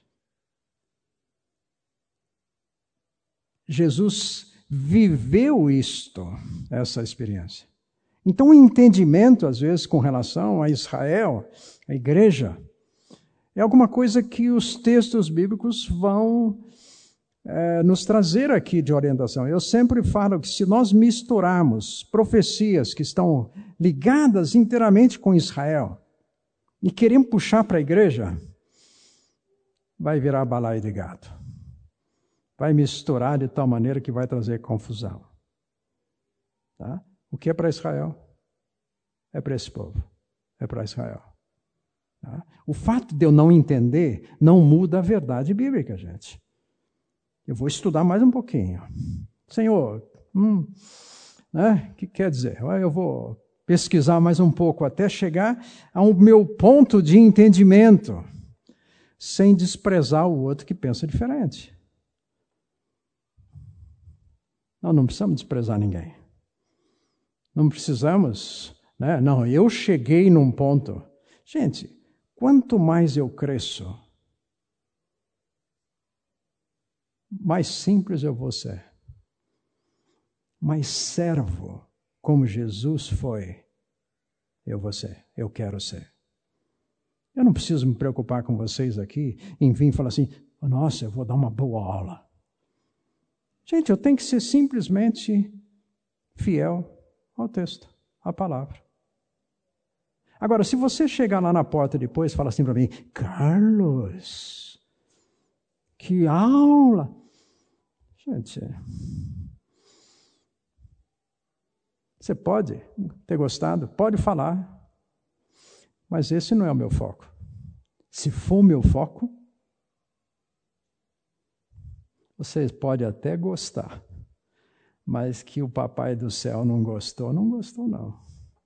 Jesus viveu essa experiência. Então, o entendimento, às vezes, com relação a Israel, a igreja, é alguma coisa que os textos bíblicos vão nos trazer aqui de orientação. Eu sempre falo que se nós misturarmos profecias que estão ligadas inteiramente com Israel e queremos puxar para a igreja, vai virar balaio de gato. Vai misturar de tal maneira que vai trazer confusão. Tá? O que é para Israel? É para esse povo. É para Israel. Tá? O fato de eu não entender não muda a verdade bíblica, gente. Eu vou estudar mais um pouquinho. Senhor, né? O que quer dizer? Eu vou pesquisar mais um pouco até chegar ao meu ponto de entendimento, sem desprezar o outro que pensa diferente. Nós não precisamos desprezar ninguém. Não precisamos, né? Não, eu cheguei num ponto. Gente, quanto mais eu cresço, mais simples eu vou ser. Mais servo, como Jesus foi, eu vou ser, eu quero ser. Eu não preciso me preocupar com vocês aqui, em vir e falar assim, nossa, eu vou dar uma boa aula. Gente, eu tenho que ser simplesmente fiel ao texto, à palavra. Agora, se você chegar lá na porta depois e falar assim para mim, Carlos, que aula! Gente, Você pode ter gostado, pode falar, mas esse não é o meu foco. Se for o meu foco, vocês podem até gostar, mas que o papai do céu não gostou, não gostou não.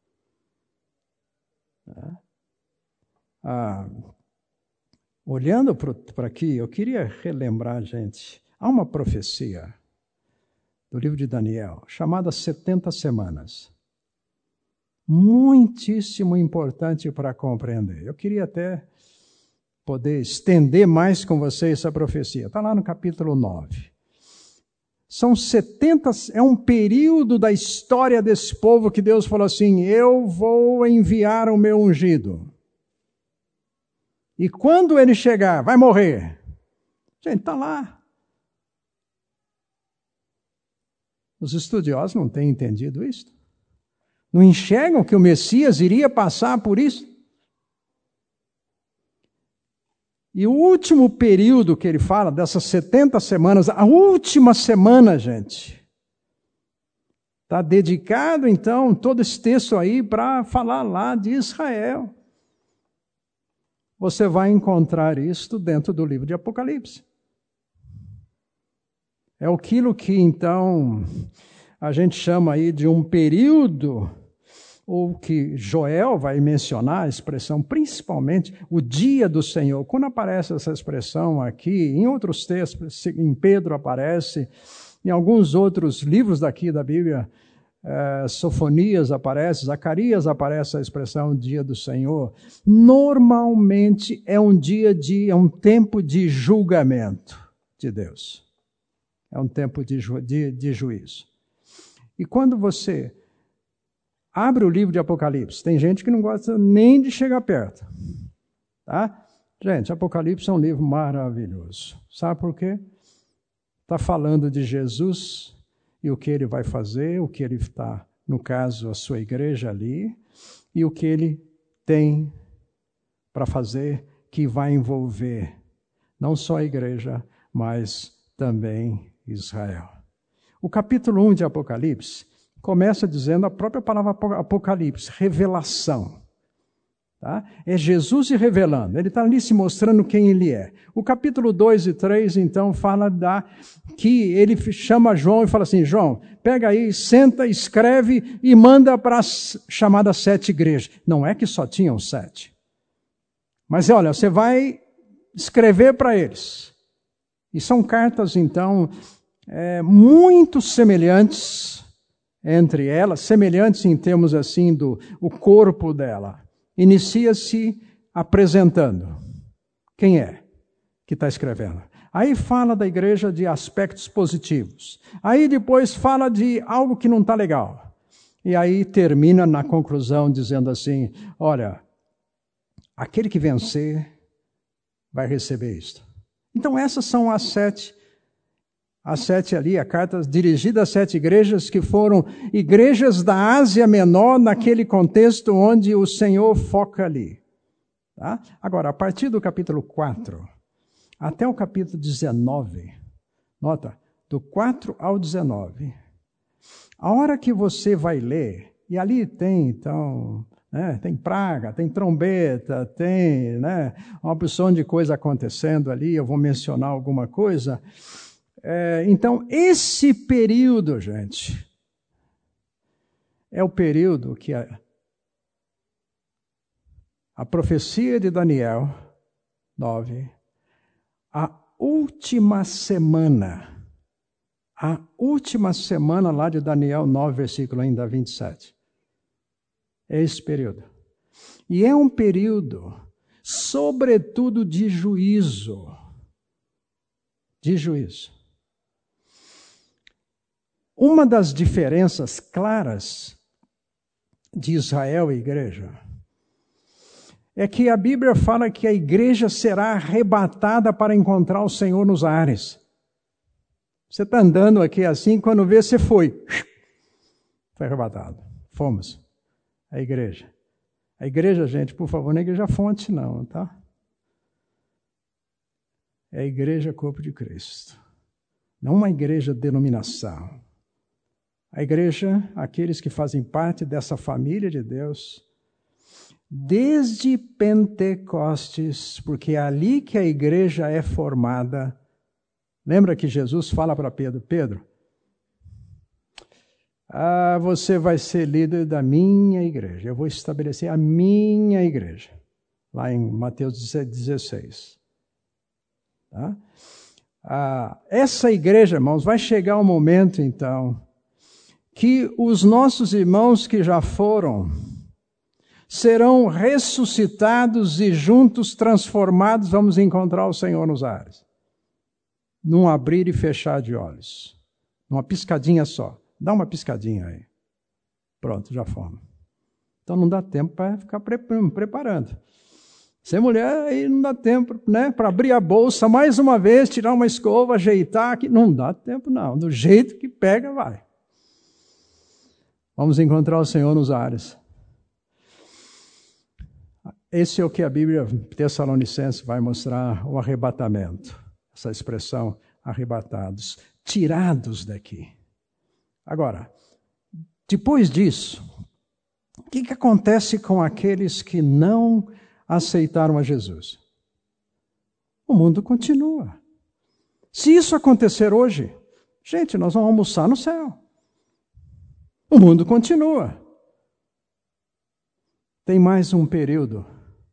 Olhando para aqui, eu queria relembrar, gente, há uma profecia do livro de Daniel, chamada 70 semanas. Muitíssimo importante para compreender. Eu queria até poder estender mais com vocês essa profecia. Está lá no capítulo 9. São 70, é um período da história desse povo que Deus falou assim, eu vou enviar o meu ungido. E quando ele chegar, vai morrer. Gente, está lá. Os estudiosos não têm entendido isso. Não enxergam que o Messias iria passar por isso. E o último período que ele fala, dessas 70 semanas, a última semana, gente, está dedicado, então, todo esse texto aí para falar lá de Israel. Você vai encontrar isso dentro do livro de Apocalipse. É aquilo que, então, a gente chama aí de um período, ou que Joel vai mencionar a expressão, principalmente o dia do Senhor. Quando aparece essa expressão aqui, em outros textos, em Pedro aparece, em alguns outros livros daqui da Bíblia, Sofonias aparece, Zacarias aparece a expressão dia do Senhor. Normalmente é um tempo de julgamento de Deus. É um tempo de juízo. E quando você abre o livro de Apocalipse, tem gente que não gosta nem de chegar perto. Tá? Gente, Apocalipse é um livro maravilhoso. Sabe por quê? Está falando de Jesus e o que ele vai fazer, o que ele está, no caso, a sua igreja ali, e o que ele tem para fazer que vai envolver não só a igreja, mas também Israel. O capítulo 1 de Apocalipse começa dizendo a própria palavra Apocalipse, revelação. Tá? É Jesus se revelando, ele está ali se mostrando quem ele é. O capítulo 2 e 3, então, fala que ele chama João e fala assim, João, pega aí, senta, escreve e manda para as chamadas 7 igrejas. Não é que só tinham 7. Mas olha, você vai escrever para eles. E são cartas, então, muito semelhantes entre elas, semelhantes em termos assim o corpo dela. Inicia-se apresentando. Quem é que está escrevendo? Aí fala da igreja de aspectos positivos. Aí depois fala de algo que não está legal. E aí termina na conclusão dizendo assim, olha, aquele que vencer vai receber isto. Então essas são as 7 ali, a carta dirigida às 7 igrejas que foram igrejas da Ásia Menor, naquele contexto onde o Senhor foca ali. Tá? Agora, a partir do capítulo 4 até o capítulo 19, nota, do 4 ao 19, a hora que você vai ler, e ali tem, então, tem praga, tem trombeta, tem uma opção de coisa acontecendo ali, eu vou mencionar alguma coisa. Então, esse período, gente, é o período que a profecia de Daniel 9, a última semana lá de Daniel 9, versículo ainda 27. É esse período. E é um período, sobretudo, de juízo. De juízo. Uma das diferenças claras de Israel e igreja é que a Bíblia fala que a igreja será arrebatada para encontrar o Senhor nos ares. Você está andando aqui assim, quando vê, você foi arrebatado. Fomos. A igreja. A igreja, gente, por favor, não é igreja fonte não, tá? É a igreja corpo de Cristo. Não uma igreja denominação. A igreja, aqueles que fazem parte dessa família de Deus, desde Pentecostes, porque é ali que a igreja é formada. Lembra que Jesus fala para Pedro, Pedro, você vai ser líder da minha igreja, eu vou estabelecer a minha igreja, lá em Mateus 16. Tá? Essa igreja, irmãos, vai chegar um momento, então, que os nossos irmãos que já foram serão ressuscitados e juntos transformados, vamos encontrar o Senhor nos ares. Num abrir e fechar de olhos. Numa piscadinha só. Dá uma piscadinha aí. Pronto, já fomos. Então não dá tempo para ficar preparando. Ser mulher, aí não dá tempo, né, para abrir a bolsa mais uma vez, tirar uma escova, ajeitar aqui. Não dá tempo, não. Do jeito que pega, vai. Vamos encontrar o Senhor nos ares. Esse é o que a Bíblia Tessalonicense vai mostrar, o arrebatamento. Essa expressão, arrebatados, tirados daqui. Agora, depois disso, o que acontece com aqueles que não aceitaram a Jesus? O mundo continua. Se isso acontecer hoje, gente, nós vamos almoçar no céu. O mundo continua. Tem mais um período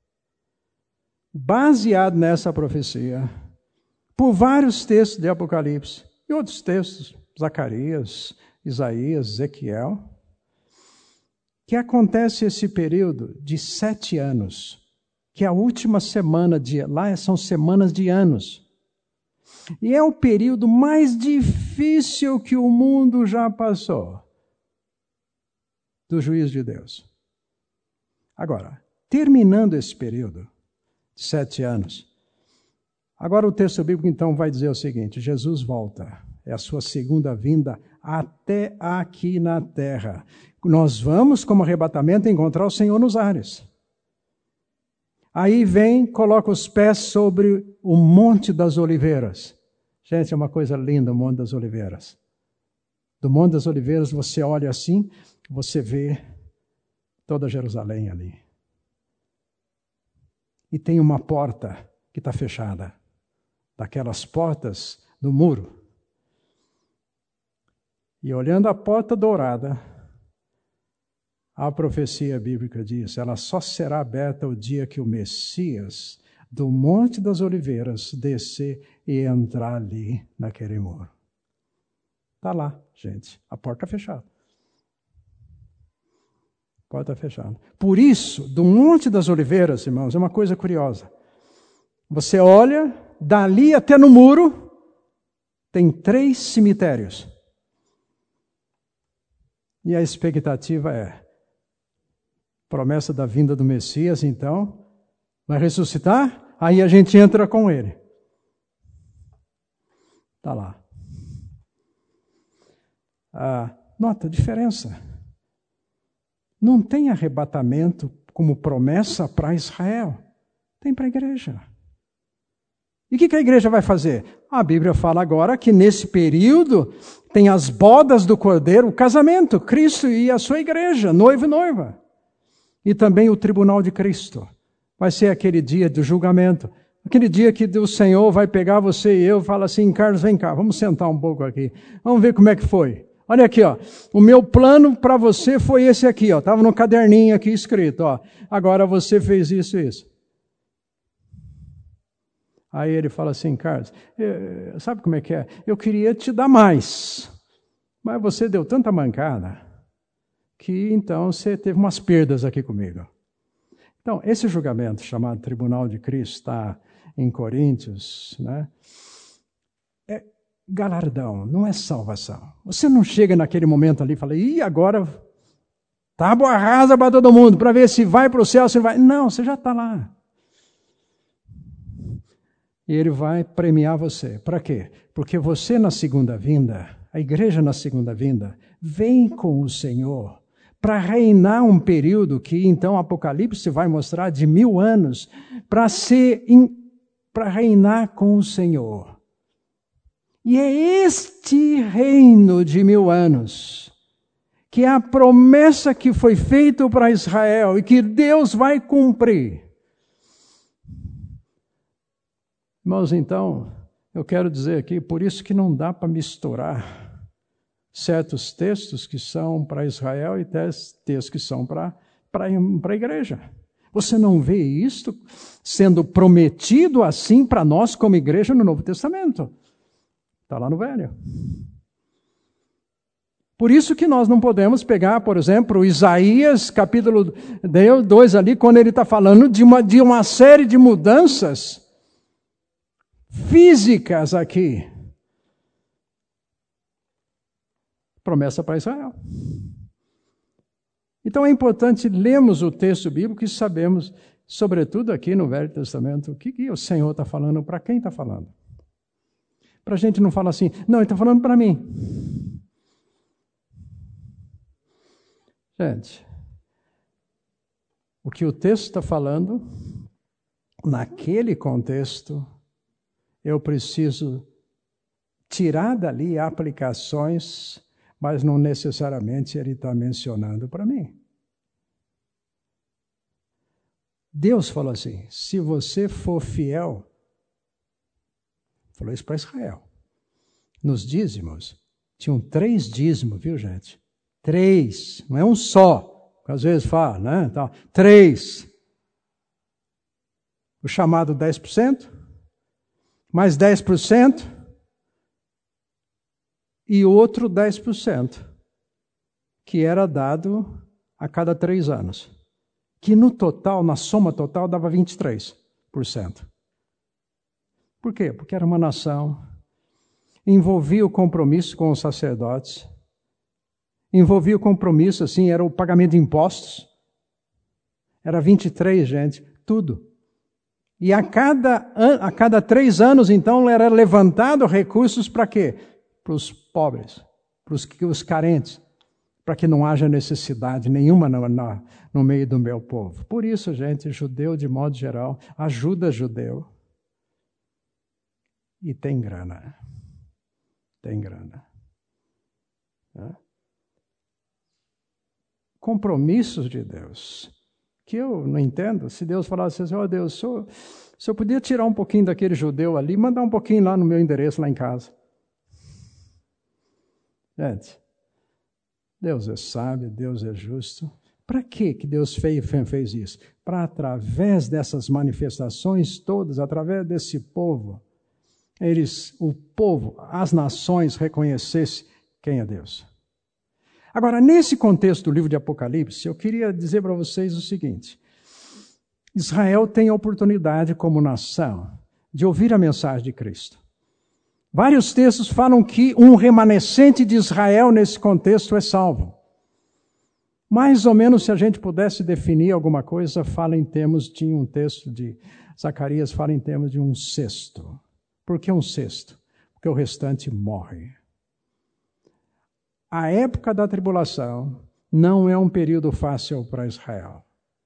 baseado nessa profecia, por vários textos de Apocalipse e outros textos, Zacarias, Isaías, Ezequiel, que acontece esse período de 7 anos, que é a última semana, lá são semanas de anos. E é o período mais difícil que o mundo já passou, do juízo de Deus. Agora, terminando esse período, 7 anos, agora o texto bíblico então vai dizer o seguinte, Jesus volta, é a sua segunda vinda até aqui na terra. Nós vamos, como arrebatamento, encontrar o Senhor nos ares. Aí vem, coloca os pés sobre o Monte das Oliveiras. Gente, é uma coisa linda o Monte das Oliveiras. Do Monte das Oliveiras você olha assim, você vê toda Jerusalém ali. E tem uma porta que está fechada. Daquelas portas do muro. E olhando a porta dourada, a profecia bíblica diz, ela só será aberta o dia que o Messias do Monte das Oliveiras descer e entrar ali naquele muro. Está lá, gente. A porta fechada. Porta fechada. Por isso, do Monte das Oliveiras, irmãos, é uma coisa curiosa. Você olha, dali até no muro, tem 3 cemitérios. E a expectativa é, promessa da vinda do Messias, então, vai ressuscitar, aí a gente entra com ele. Está lá. Nota a diferença. Não tem arrebatamento como promessa para Israel. Tem para a igreja. E o que a igreja vai fazer? A Bíblia fala agora que nesse período tem as bodas do Cordeiro, o casamento, Cristo e a sua igreja, noivo e noiva. E também o tribunal de Cristo. Vai ser aquele dia do julgamento. Aquele dia que o Senhor vai pegar você e eu e fala assim, Carlos, vem cá, vamos sentar um pouco aqui. Vamos ver como é que foi. Olha aqui, ó. O meu plano para você foi esse aqui, ó. Estava no caderninho aqui escrito, ó. Agora você fez isso e isso. Aí ele fala assim, Carlos, sabe como é que é? Eu queria te dar mais, mas você deu tanta mancada que então você teve umas perdas aqui comigo. Então, esse julgamento chamado Tribunal de Cristo está em Coríntios, né? É galardão, não é salvação. Você não chega naquele momento ali e fala, agora tábua rasa para todo mundo, para ver se vai para o céu, se vai. Não, você já está lá. E ele vai premiar você. Para quê? Porque você na segunda vinda, a igreja na segunda vinda, vem com o Senhor para reinar um período que então Apocalipse vai mostrar de 1000 anos, para reinar com o Senhor. E é este reino de 1000 anos que é a promessa que foi feita para Israel e que Deus vai cumprir. Irmãos, então, eu quero dizer aqui, por isso que não dá para misturar certos textos que são para Israel e textos que são para a igreja. Você não vê isto sendo prometido assim para nós como igreja no Novo Testamento. Está lá no Velho. Por isso que nós não podemos pegar, por exemplo, Isaías capítulo 2 ali, quando ele está falando de uma série de mudanças físicas aqui. Promessa para Israel. Então é importante lermos o texto bíblico e sabemos, sobretudo aqui no Velho Testamento, o que o Senhor está falando, para quem está falando. Para a gente não falar assim, não, ele está falando para mim. Gente, o que o texto está falando, naquele contexto, eu preciso tirar dali aplicações, mas não necessariamente ele está mencionando para mim. Deus falou assim, se você for fiel, falou isso para Israel, nos dízimos, tinham 3 dízimos, viu gente? 3, não é um só, que às vezes fala, né? Então, 3. O chamado 10%, mais 10%, e outro 10%, que era dado a cada 3 anos. Que no total, na soma total, dava 23%. Por quê? Porque era uma nação, envolvia o compromisso com os sacerdotes, envolvia o compromisso, assim, era o pagamento de impostos. Era 23, gente, tudo. E a cada 3 anos, então, era levantado recursos para quê? Para os pobres, para os carentes, para que não haja necessidade nenhuma no meio do meu povo. Por isso, gente, judeu, de modo geral, ajuda judeu. E tem grana. Tem grana. Compromissos de Deus, que eu não entendo. Se Deus falasse assim, Deus, se eu podia tirar um pouquinho daquele judeu ali, mandar um pouquinho lá no meu endereço, lá em casa. Gente, Deus é sábio, Deus é justo. Para que Deus fez isso? Para, através dessas manifestações todas, através desse povo, o povo, as nações reconhecessem quem é Deus. Agora, nesse contexto do livro de Apocalipse, eu queria dizer para vocês o seguinte. Israel tem a oportunidade, como nação, de ouvir a mensagem de Cristo. Vários textos falam que um remanescente de Israel, nesse contexto, é salvo. Mais ou menos, se a gente pudesse definir alguma coisa, fala em termos de um texto de Zacarias, fala em termos de um sexto. Por que um sexto? Porque o restante morre. A época da tribulação não é um período fácil para Israel.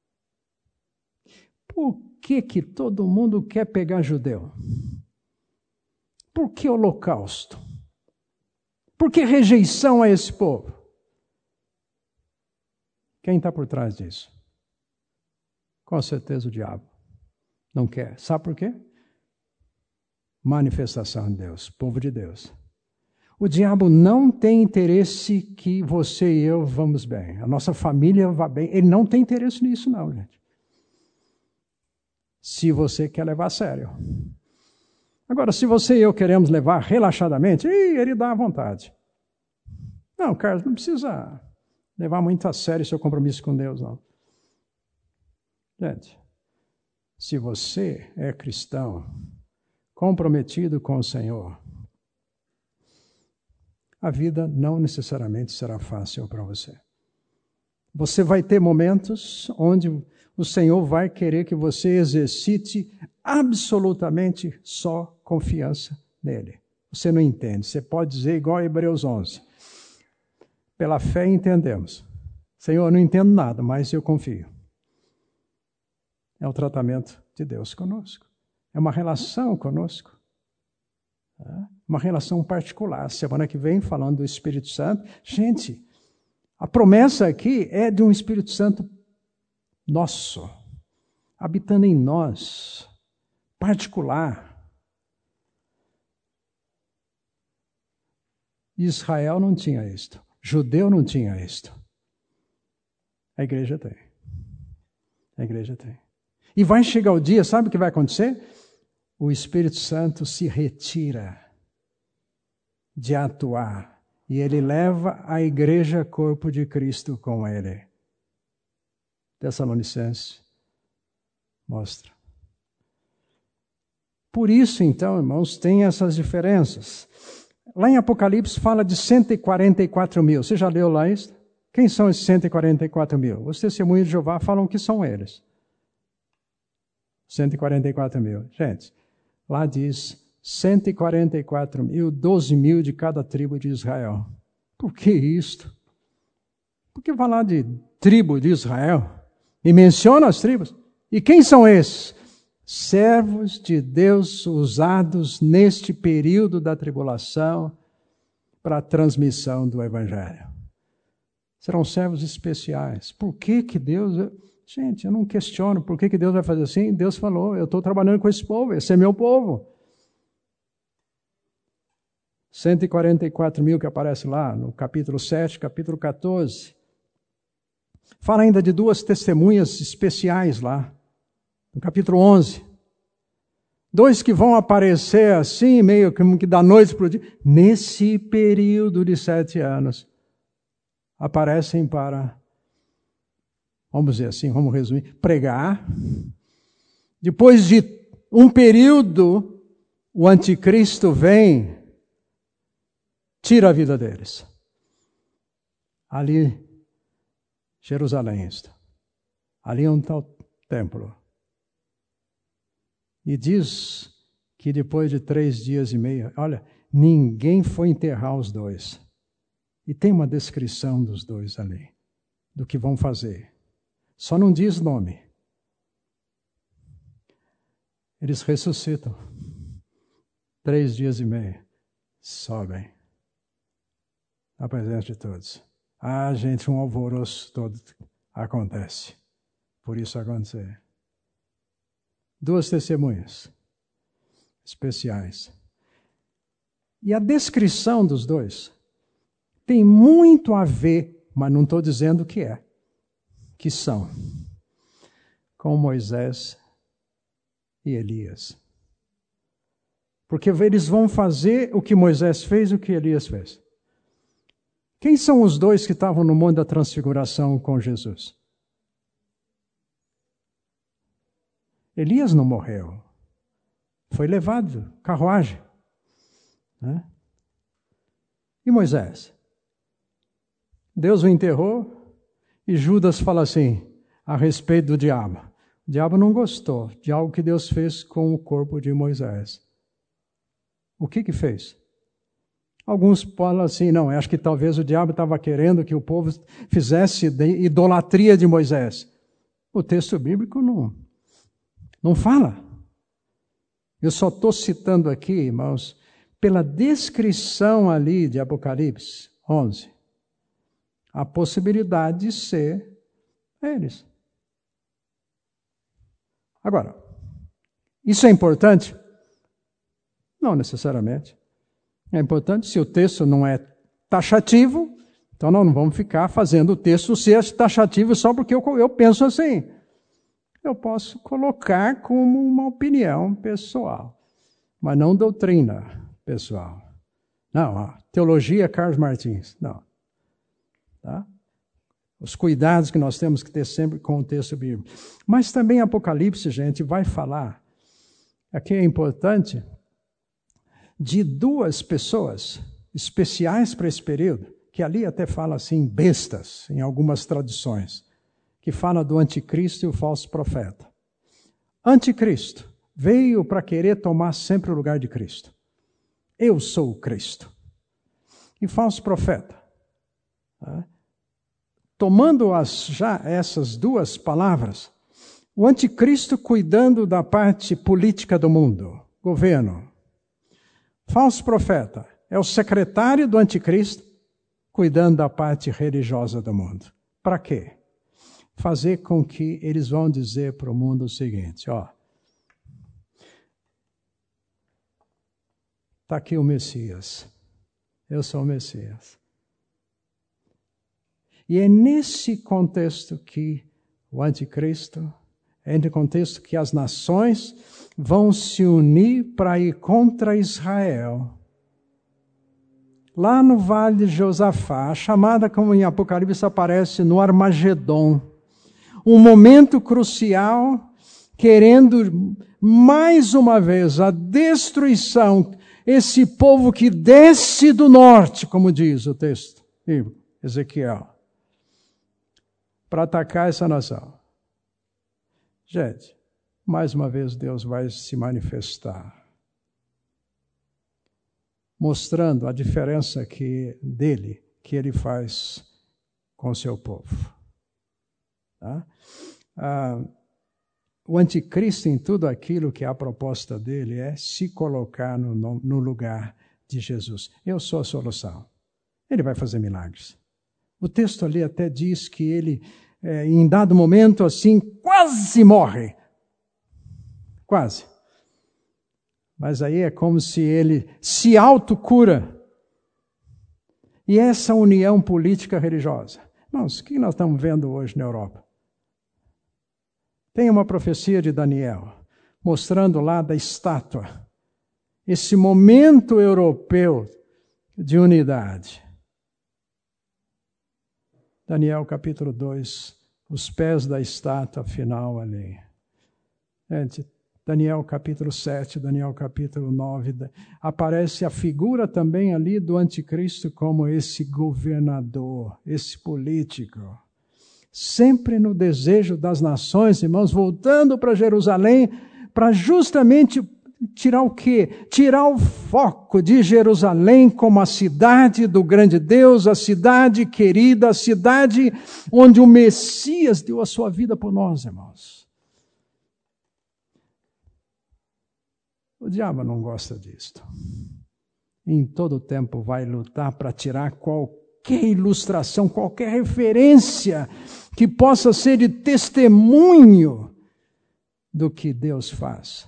Por que todo mundo quer pegar judeu? Por que holocausto? Por que rejeição a esse povo? Quem está por trás disso? Com certeza o diabo. Não quer. Sabe por quê? Manifestação de Deus, povo de Deus. O diabo não tem interesse que você e eu vamos bem. A nossa família vá bem. Ele não tem interesse nisso, não, gente. Se você quer levar a sério. Agora, se você e eu queremos levar relaxadamente, ele dá à vontade. Não, Carlos, não precisa levar muito a sério seu compromisso com Deus, não. Gente, se você é cristão, comprometido com o Senhor, a vida não necessariamente será fácil para você. Você vai ter momentos onde o Senhor vai querer que você exercite absolutamente só confiança nele. Você não entende. Você pode dizer igual a Hebreus 11. Pela fé entendemos. Senhor, eu não entendo nada, mas eu confio. É o tratamento de Deus conosco. É uma relação conosco. Uma relação particular. Semana que vem, falando do Espírito Santo. Gente, A promessa aqui é de um Espírito Santo nosso, habitando em nós, particular. Israel não tinha isto, judeu não tinha isto. A igreja tem. A igreja tem. E vai chegar o dia, sabe o que vai acontecer? O Espírito Santo se retira de atuar e ele leva a igreja corpo de Cristo com ele. Tessalonicenses mostra. Por isso, então, irmãos, tem essas diferenças. Lá em Apocalipse fala de 144 mil. Você já leu lá isso? Quem são esses 144 mil? Os testemunhos de Jeová falam que são eles. 144 mil. Gente, lá diz 144 mil, 12 mil de cada tribo de Israel. Por que isto? Por que falar de tribo de Israel? E menciona as tribos. E quem são esses? Servos de Deus usados neste período da tribulação para a transmissão do Evangelho. Serão servos especiais. Por que Deus... Gente, eu não questiono por que Deus vai fazer assim. Deus falou, eu estou trabalhando com esse povo, esse é meu povo. 144 mil que aparece lá no capítulo 7, capítulo 14. Fala ainda de duas testemunhas especiais lá, no capítulo 11. Dois que vão aparecer assim, meio que da noite para o dia, nesse período de 7 anos. Aparecem para, vamos dizer assim, vamos resumir, pregar. Depois de um período, o anticristo vem, tira a vida deles. Ali, Jerusalém está. Ali é onde está o templo. E diz que depois de 3 dias e meio, olha, ninguém foi enterrar os dois. E tem uma descrição dos dois ali, do que vão fazer. Só não diz nome. Eles ressuscitam. 3 dias e meio. Sobem. Na presença de todos. Ah, gente, um alvoroço todo acontece. Por isso acontecer. 2 testemunhas especiais. E a descrição dos dois tem muito a ver, mas não estou dizendo o que é, que são, com Moisés e Elias. Porque eles vão fazer o que Moisés fez e o que Elias fez. Quem são os dois que estavam no Monte da Transfiguração com Jesus? Elias não morreu. Foi levado, carruagem. Né? E Moisés? Deus o enterrou e Judas fala assim, a respeito do diabo. O diabo não gostou de algo que Deus fez com o corpo de Moisés. O que fez? Alguns falam assim, não, acho que talvez o diabo estava querendo que o povo fizesse idolatria de Moisés. O texto bíblico não fala. Eu só estou citando aqui, irmãos, pela descrição ali de Apocalipse 11, a possibilidade de ser eles. Agora, isso é importante? Não necessariamente. É importante se o texto não é taxativo, então não vamos ficar fazendo o texto ser taxativo só porque eu penso assim. Eu posso colocar como uma opinião pessoal, mas não doutrina pessoal. Não, teologia Carlos Martins, não. Tá? Os cuidados que nós temos que ter sempre com o texto bíblico. Mas também Apocalipse, gente, vai falar, aqui é importante, de 2 pessoas especiais para esse período, que ali até fala assim, bestas, em algumas traduções, que fala do anticristo e o falso profeta. Anticristo veio para querer tomar sempre o lugar de Cristo. Eu sou o Cristo. E falso profeta, tá? Tomando já essas 2 palavras, o anticristo cuidando da parte política do mundo, governo. Falso profeta é o secretário do anticristo, cuidando da parte religiosa do mundo. Para quê? Fazer com que eles vão dizer para o mundo o seguinte, ó, está aqui o Messias, eu sou o Messias. E é nesse contexto que o anticristo, é nesse contexto que as nações vão se unir para ir contra Israel. Lá no Vale de Josafá, chamada como em Apocalipse aparece no Armagedon, um momento crucial, querendo mais uma vez a destruição, esse povo que desce do norte, como diz o texto, Ezequiel, para atacar essa nação. Gente, mais uma vez Deus vai se manifestar, mostrando a diferença dele, que ele faz com o seu povo. Tá? O anticristo, em tudo aquilo que é a proposta dele, é se colocar no lugar de Jesus. Eu sou a solução. Ele vai fazer milagres. O texto ali até diz que ele, em dado momento, assim, quase morre. Quase. Mas aí é como se ele se autocura. E essa união política religiosa. Irmãos, o que nós estamos vendo hoje na Europa? Tem uma profecia de Daniel, mostrando lá da estátua, esse momento europeu de unidade. Daniel capítulo 2, os pés da estátua final ali. Gente, Daniel capítulo 7, Daniel capítulo 9, aparece a figura também ali do anticristo como esse governador, esse político. Sempre no desejo das nações, irmãos, voltando para Jerusalém, para justamente tirar o quê? Tirar o foco de Jerusalém como a cidade do grande Deus, a cidade querida, a cidade onde o Messias deu a sua vida por nós, irmãos. O diabo não gosta disto. Em todo tempo vai lutar para tirar qualquer ilustração, qualquer referência que possa ser de testemunho do que Deus faz,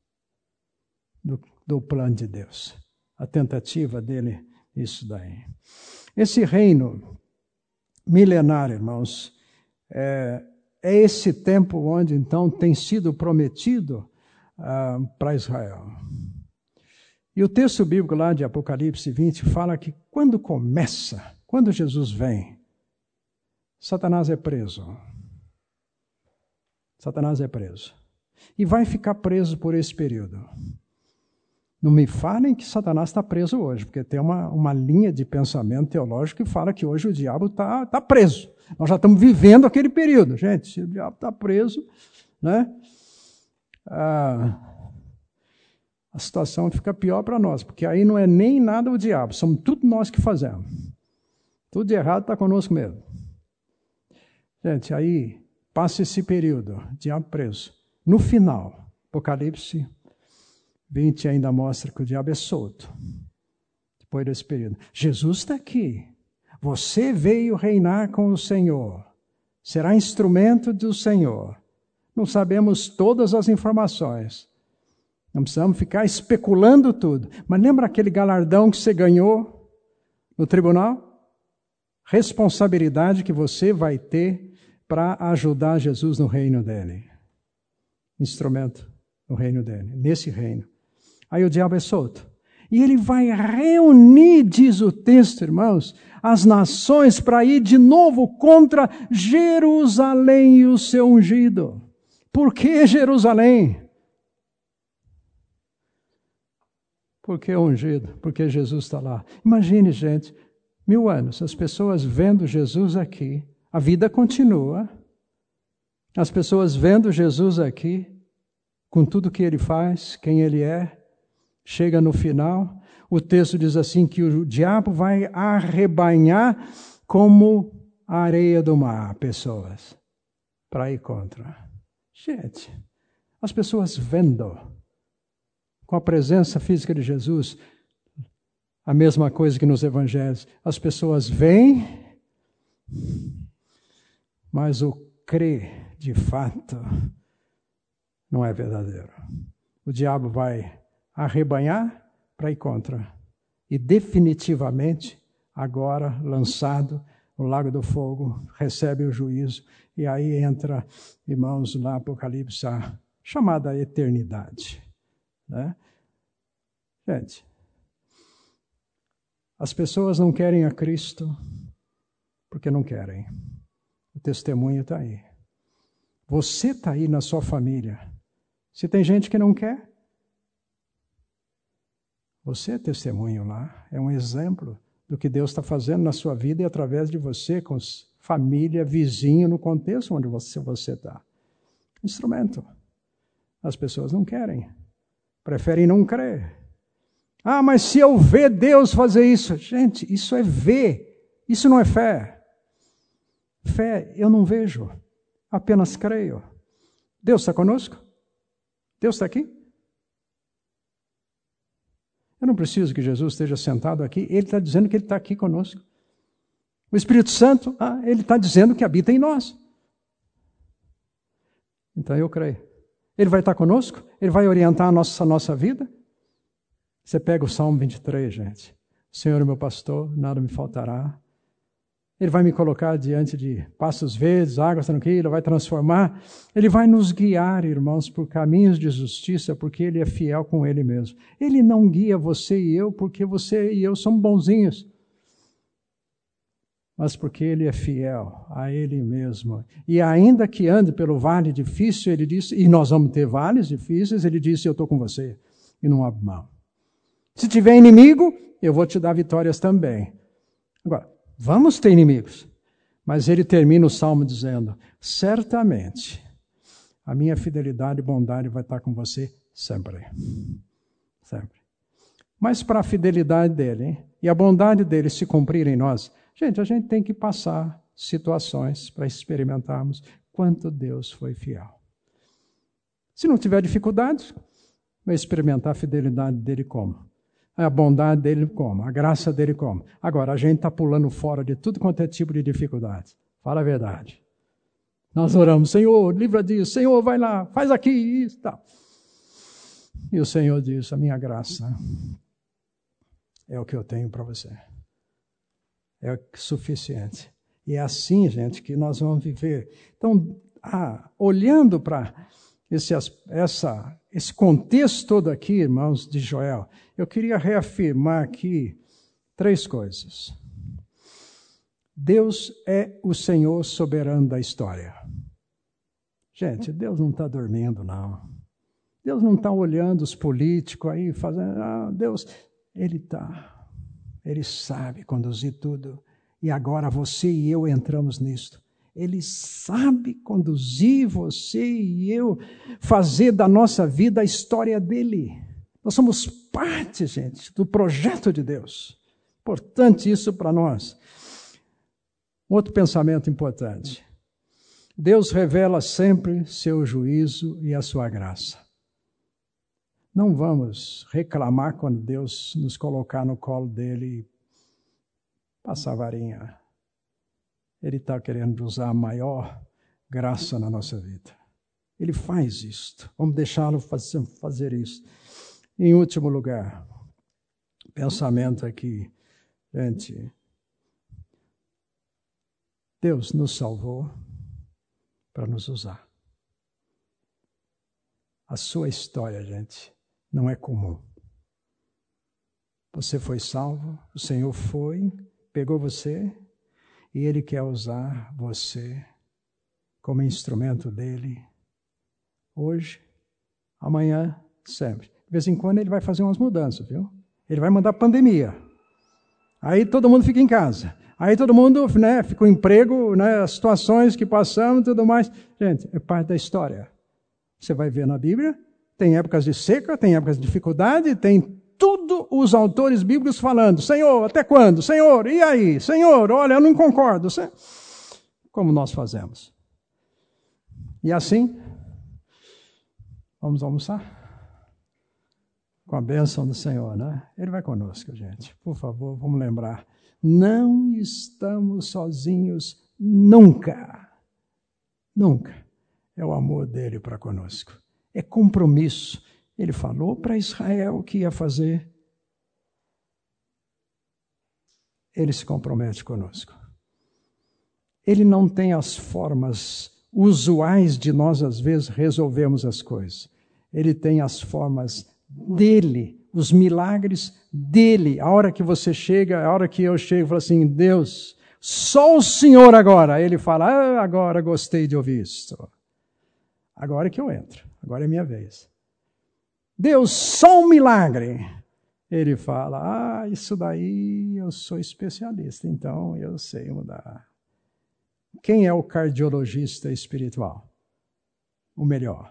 do plano de Deus. A tentativa dele, isso daí. Esse reino milenar, irmãos, é esse tempo onde então tem sido prometido para Israel. E o texto bíblico lá de Apocalipse 20 fala que quando Jesus vem, Satanás é preso. Satanás é preso. E vai ficar preso por esse período. Não me falem que Satanás está preso hoje, porque tem uma linha de pensamento teológico que fala que hoje o diabo está preso. Nós já estamos vivendo aquele período. Gente, se o diabo está preso, né? A situação fica pior para nós, porque aí não é nem nada o diabo, somos tudo nós que fazemos. Tudo de errado está conosco mesmo. Gente, aí passa esse período, diabo preso. No final, Apocalipse 20 ainda mostra que o diabo é solto. Depois desse período. Jesus está aqui. Você veio reinar com o Senhor. Será instrumento do Senhor. Não sabemos todas as informações. Não precisamos ficar especulando tudo. Mas lembra aquele galardão que você ganhou no tribunal? Responsabilidade que você vai ter para ajudar Jesus no reino dele. Instrumento no reino dele, nesse reino. Aí o diabo é solto. E ele vai reunir, diz o texto, irmãos, as nações para ir de novo contra Jerusalém e o seu ungido. Por que Jerusalém? Por que ungido? Porque Jesus está lá. Imagine, gente, 1000 anos, as pessoas vendo Jesus aqui, a vida continua, as pessoas vendo Jesus aqui, com tudo que ele faz, quem ele é, chega no final, o texto diz assim que o diabo vai arrebanhar como a areia do mar, pessoas, para ir contra. Gente, as pessoas vendo, com a presença física de Jesus, A mesma coisa que nos evangelhos. As pessoas veem, mas o crer de fato não é verdadeiro. O diabo vai arrebanhar para ir contra. E definitivamente, agora lançado no lago do fogo, recebe o juízo. E aí entra, irmãos, lá Apocalipse, a chamada eternidade. Né? Gente, as pessoas não querem a Cristo porque não querem. O testemunho está aí. Você está aí na sua família. Se tem gente que não quer, você é testemunho lá. É um exemplo do que Deus está fazendo na sua vida e através de você, com família, vizinho, no contexto onde você está. Instrumento. As pessoas não querem. Preferem não crer. Ah, mas se eu ver Deus fazer isso. Gente, isso é ver. Isso não é fé. Fé eu não vejo. Apenas creio. Deus está conosco? Deus está aqui? Eu não preciso que Jesus esteja sentado aqui. Ele está dizendo que Ele está aqui conosco. O Espírito Santo, Ele está dizendo que habita em nós. Então eu creio. Ele vai estar conosco? Ele vai orientar a nossa vida? Você pega o Salmo 23, gente. O Senhor é meu pastor, nada me faltará. Ele vai me colocar diante de pastos verdes, águas tranquilas, vai transformar. Ele vai nos guiar, irmãos, por caminhos de justiça, porque Ele é fiel com Ele mesmo. Ele não guia você e eu, porque você e eu somos bonzinhos. Mas porque Ele é fiel a Ele mesmo. E ainda que ande pelo vale difícil, Ele disse, e nós vamos ter vales difíceis, Ele disse, eu estou com você. E não abro mão. Se tiver inimigo, eu vou te dar vitórias também. Agora, vamos ter inimigos. Mas ele termina o salmo dizendo, certamente, a minha fidelidade e bondade vai estar com você sempre. Sempre. Mas para a fidelidade dele, e a bondade dele se cumprir em nós, gente, a gente tem que passar situações para experimentarmos quanto Deus foi fiel. Se não tiver dificuldades, vai experimentar a fidelidade dele como? A bondade dele como? A graça dele como? Agora, a gente está pulando fora de tudo quanto é tipo de dificuldade. Fala a verdade. Nós oramos, Senhor, livra disso. Senhor, vai lá, faz aqui isso e tal. E o Senhor diz, a minha graça é o que eu tenho para você. É o suficiente. E é assim, gente, que nós vamos viver. Então, olhando para esse contexto todo aqui, irmãos, de Joel, eu queria reafirmar aqui 3 coisas. Deus é o Senhor soberano da história. Gente, Deus não está dormindo, não. Deus não está olhando os políticos aí, fazendo... Deus, Ele está. Ele sabe conduzir tudo. E agora você e eu entramos nisto. Ele sabe conduzir você e eu, fazer da nossa vida a história dele. Nós somos parte, gente, do projeto de Deus. Importante isso para nós. Outro pensamento importante. Deus revela sempre seu juízo e a sua graça. Não vamos reclamar quando Deus nos colocar no colo dele e passar a varinha. Ele está querendo usar a maior graça na nossa vida. Ele faz isto. Vamos deixá-lo fazer isso. Em último lugar, pensamento aqui. Gente, Deus nos salvou para nos usar. A sua história, gente, não é comum. Você foi salvo, o Senhor foi, pegou você... E Ele quer usar você como instrumento dEle, hoje, amanhã, sempre. De vez em quando Ele vai fazer umas mudanças, viu? Ele vai mandar pandemia. Aí todo mundo fica em casa. Aí todo mundo, fica com emprego, as situações que passamos e tudo mais. Gente, é parte da história. Você vai ver na Bíblia, tem épocas de seca, tem épocas de dificuldade, tem tudo os autores bíblicos falando, Senhor, até quando? Senhor, e aí? Senhor, olha, eu não concordo. Como nós fazemos? E assim, vamos almoçar? Com a bênção do Senhor, né? Ele vai conosco, gente. Por favor, vamos lembrar. Não estamos sozinhos nunca. Nunca. É o amor dele para conosco. É compromisso. Ele falou para Israel o que ia fazer. Ele se compromete conosco. Ele não tem as formas usuais de nós, às vezes, resolvermos as coisas. Ele tem as formas dele, os milagres dele. A hora que você chega, a hora que eu chego, eu falo assim, Deus, só o Senhor agora. Ele fala, agora gostei de ouvir isso. Agora é que eu entro, agora é minha vez. Deus, só um milagre. Ele fala, isso daí eu sou especialista, então eu sei mudar. Quem é o cardiologista espiritual? O melhor.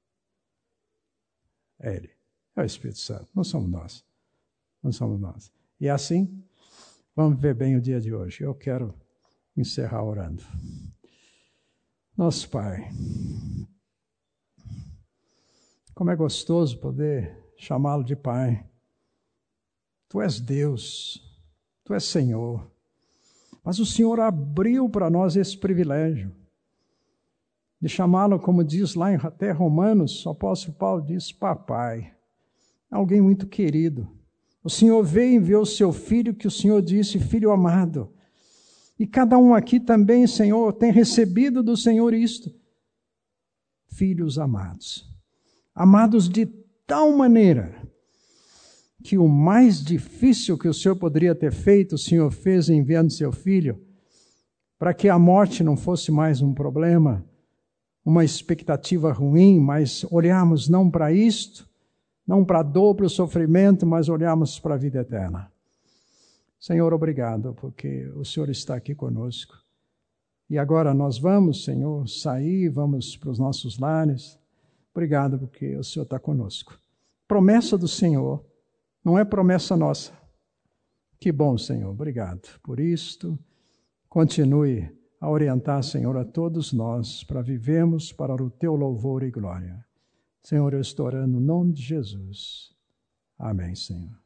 É ele. É o Espírito Santo. Não somos nós. Não somos nós. E assim, vamos ver bem o dia de hoje. Eu quero encerrar orando. Nosso Pai, como é gostoso poder chamá-lo de Pai. Tu és Deus. Tu és Senhor. Mas o Senhor abriu para nós esse privilégio de chamá-lo, como diz lá em até Romanos, o apóstolo Paulo diz, papai, alguém muito querido. O Senhor veio e enviou o seu filho, que o Senhor disse, filho amado. E cada um aqui também, Senhor, tem recebido do Senhor isto. Filhos amados. Amados de tal maneira que o mais difícil que o Senhor poderia ter feito, o Senhor fez enviando seu filho, para que a morte não fosse mais um problema, uma expectativa ruim, mas olharmos não para isto, não para a dor, para o sofrimento, mas olharmos para a vida eterna. Senhor, obrigado, porque o Senhor está aqui conosco. E agora nós vamos, Senhor, sair, vamos para os nossos lares. Obrigado, porque o Senhor está conosco. Promessa do Senhor, não é promessa nossa. Que bom, Senhor, obrigado por isto. Continue a orientar, Senhor, a todos nós para vivermos para o Teu louvor e glória. Senhor, eu estou orando no nome de Jesus. Amém, Senhor.